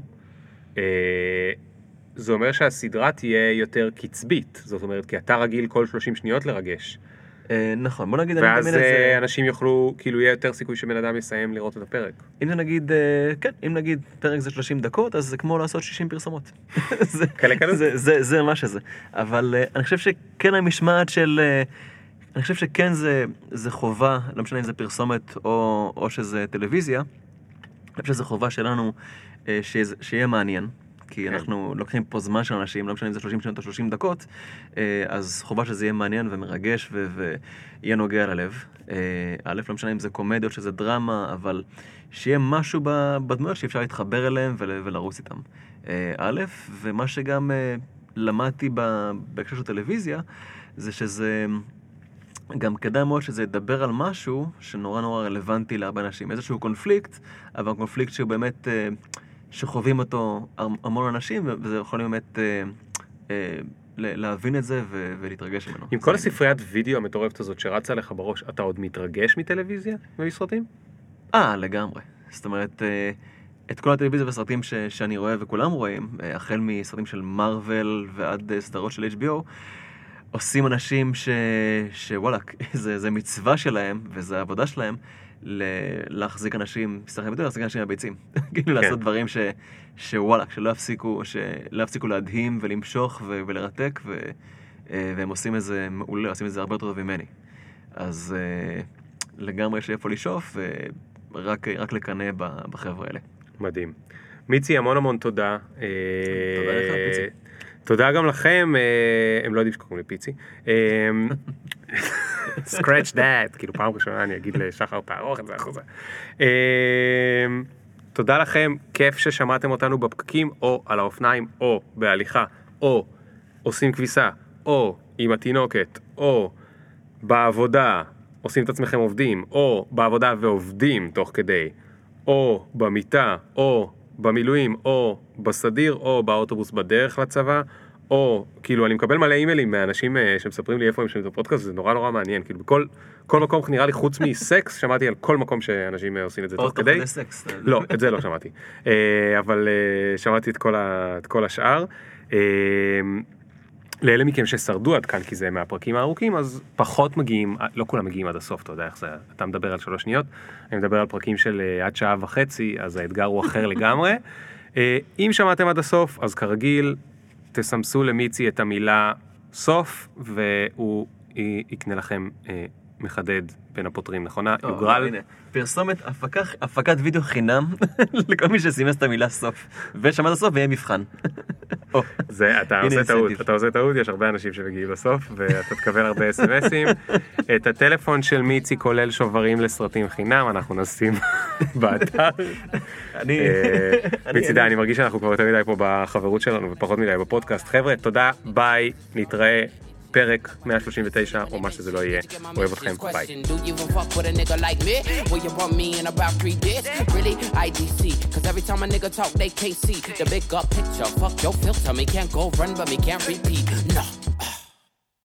Speaker 2: זה אומר שהסדרה תהיה יותר קצבית, זאת אומרת, כי אתה רגיל כל 30 שניות לרגש.
Speaker 1: נכון, בוא נגיד...
Speaker 2: ואז אנשים יוכלו, כאילו יהיה יותר סיכוי שבן אדם יסיים לראות את הפרק.
Speaker 1: אם זה נגיד, כן, אם נגיד פרק זה 30 דקות, אז זה כמו לעשות 60 פרסומות. זה מה שזה. אבל אני חושב שכן המשמעת של... אני חושב שכן זה חובה, לא משנה אם זה פרסומת או שזה טלוויזיה, אני חושב שזה חובה שלנו שיהיה מעניין. כי אנחנו לוקחים פה זמן של אנשים, לא משנה אם זה 30 שנות או 30 דקות, אז חובה שזה יהיה מעניין ומרגש ויהיה נוגע ללב. א', לא משנה אם זה קומדיות, שזה דרמה, אבל שיהיה משהו בדמויות שאפשר להתחבר אליהם ולרוץ איתם. א', ומה שגם למדתי בהקשר של טלוויזיה, זה שזה גם כדאי מאוד שזה ידבר על משהו שנורא נורא רלוונטי להרבה אנשים. איזשהו קונפליקט, אבל קונפליקט שהוא באמת... שחווים אותו המון אנשים, וזה יכול באמת להבין את זה ולהתרגש ממנו.
Speaker 2: עם כל הספריית וידאו המטורפת הזאת שרצה לך בראש, אתה עוד מתרגש מטלוויזיה ובסרטים?
Speaker 1: לגמרי. זאת אומרת, את כל הטלוויזיה וסרטים שאני רואה וכולם רואים, החל מסרטים של מרוול ועד סדרות של HBO, עושים אנשים שוואלה, זה מצווה שלהם, וזה העבודה שלהם, להחזיק אנשים, להחזיק אנשים מהביצים. כאילו לעשות דברים שוואלה, שלא יפסיקו להדהים ולמשוך ולרתק, והם עושים את זה מעולה, עושים את זה הרבה יותר טוב ממני. אז לגמרי יש איפה לשאוף, רק לקנא בחבר'ה האלה.
Speaker 2: מדהים. מיצי, המון תודה.
Speaker 1: תודה לך, פיצי.
Speaker 2: תודה גם לכם, הם לא יודעים שקוראים לי פיצי. Scratch that, כאילו פעם ראשונה אני אגיד לשחר תערוך את זה אחוזה. תודה לכם, כיף ששמעתם אותנו בפקקים, או על האופניים, או בהליכה, או עושים כביסה, או עם התינוקת, או בעבודה, עושים את עצמכם עובדים, או בעבודה ועובדים תוך כדי, או במיטה, או במילואים, או בסדיר, או באוטובוס בדרך לצבא, או, כאילו, אני מקבל מלא אימיילים מאנשים שמספרים לי איפה הם שומעים את הפודקאסט, זה נורא נורא מעניין, כאילו, בכל מקום נראה לי חוץ מסקס, שמעתי על כל מקום שאנשים עושים את זה תוך כדי. לא, את זה לא שמעתי. אבל שמעתי את כל השאר. לאלה מכם ששרדו עד כאן, כי זה מהפרקים הארוכים, אז פחות מגיעים, לא כולם מגיעים עד הסוף, אתה יודע איך זה, אתה מדבר על 3 שניות, אני מדבר על פרקים של עד 1.5 שעות, אז האתגר הוא אחר לגמרי. אם שמעתם עד הסוף, אז כרגיל, תסמסו למיצי את המילה סוף, והוא יקנה לכם מחדד בין הפותרים, נכונה? יוגרל?
Speaker 1: פרסומת, הפקת וידאו חינם לכל מי שסימס את המילה סוף, ושמעת הסוף ויהיה מבחן.
Speaker 2: אתה עושה טעות, יש הרבה אנשים שמגיעים לסוף, ואתה תקבל הרבה אס-אמסים. את הטלפון של מיצי כולל שוברים לסרטים חינם, אנחנו נשים באתר. מצידה, אני מרגיש שאנחנו כבר יותר מדי פה בחברות שלנו, ופחות מדי בפודקאסט. חבר'ה, תודה, ביי, נתראה, פרק 139, או מה שזה לא יהיה. אוהב אתכם, ביי.
Speaker 3: Do you even fuck with a nigga like me? Will you bump me in about 3 days? Really? IDC. Cause every time a nigga talk, they can't see the big up picture. Fuck your filter, me can't go run, but me can't repeat. No.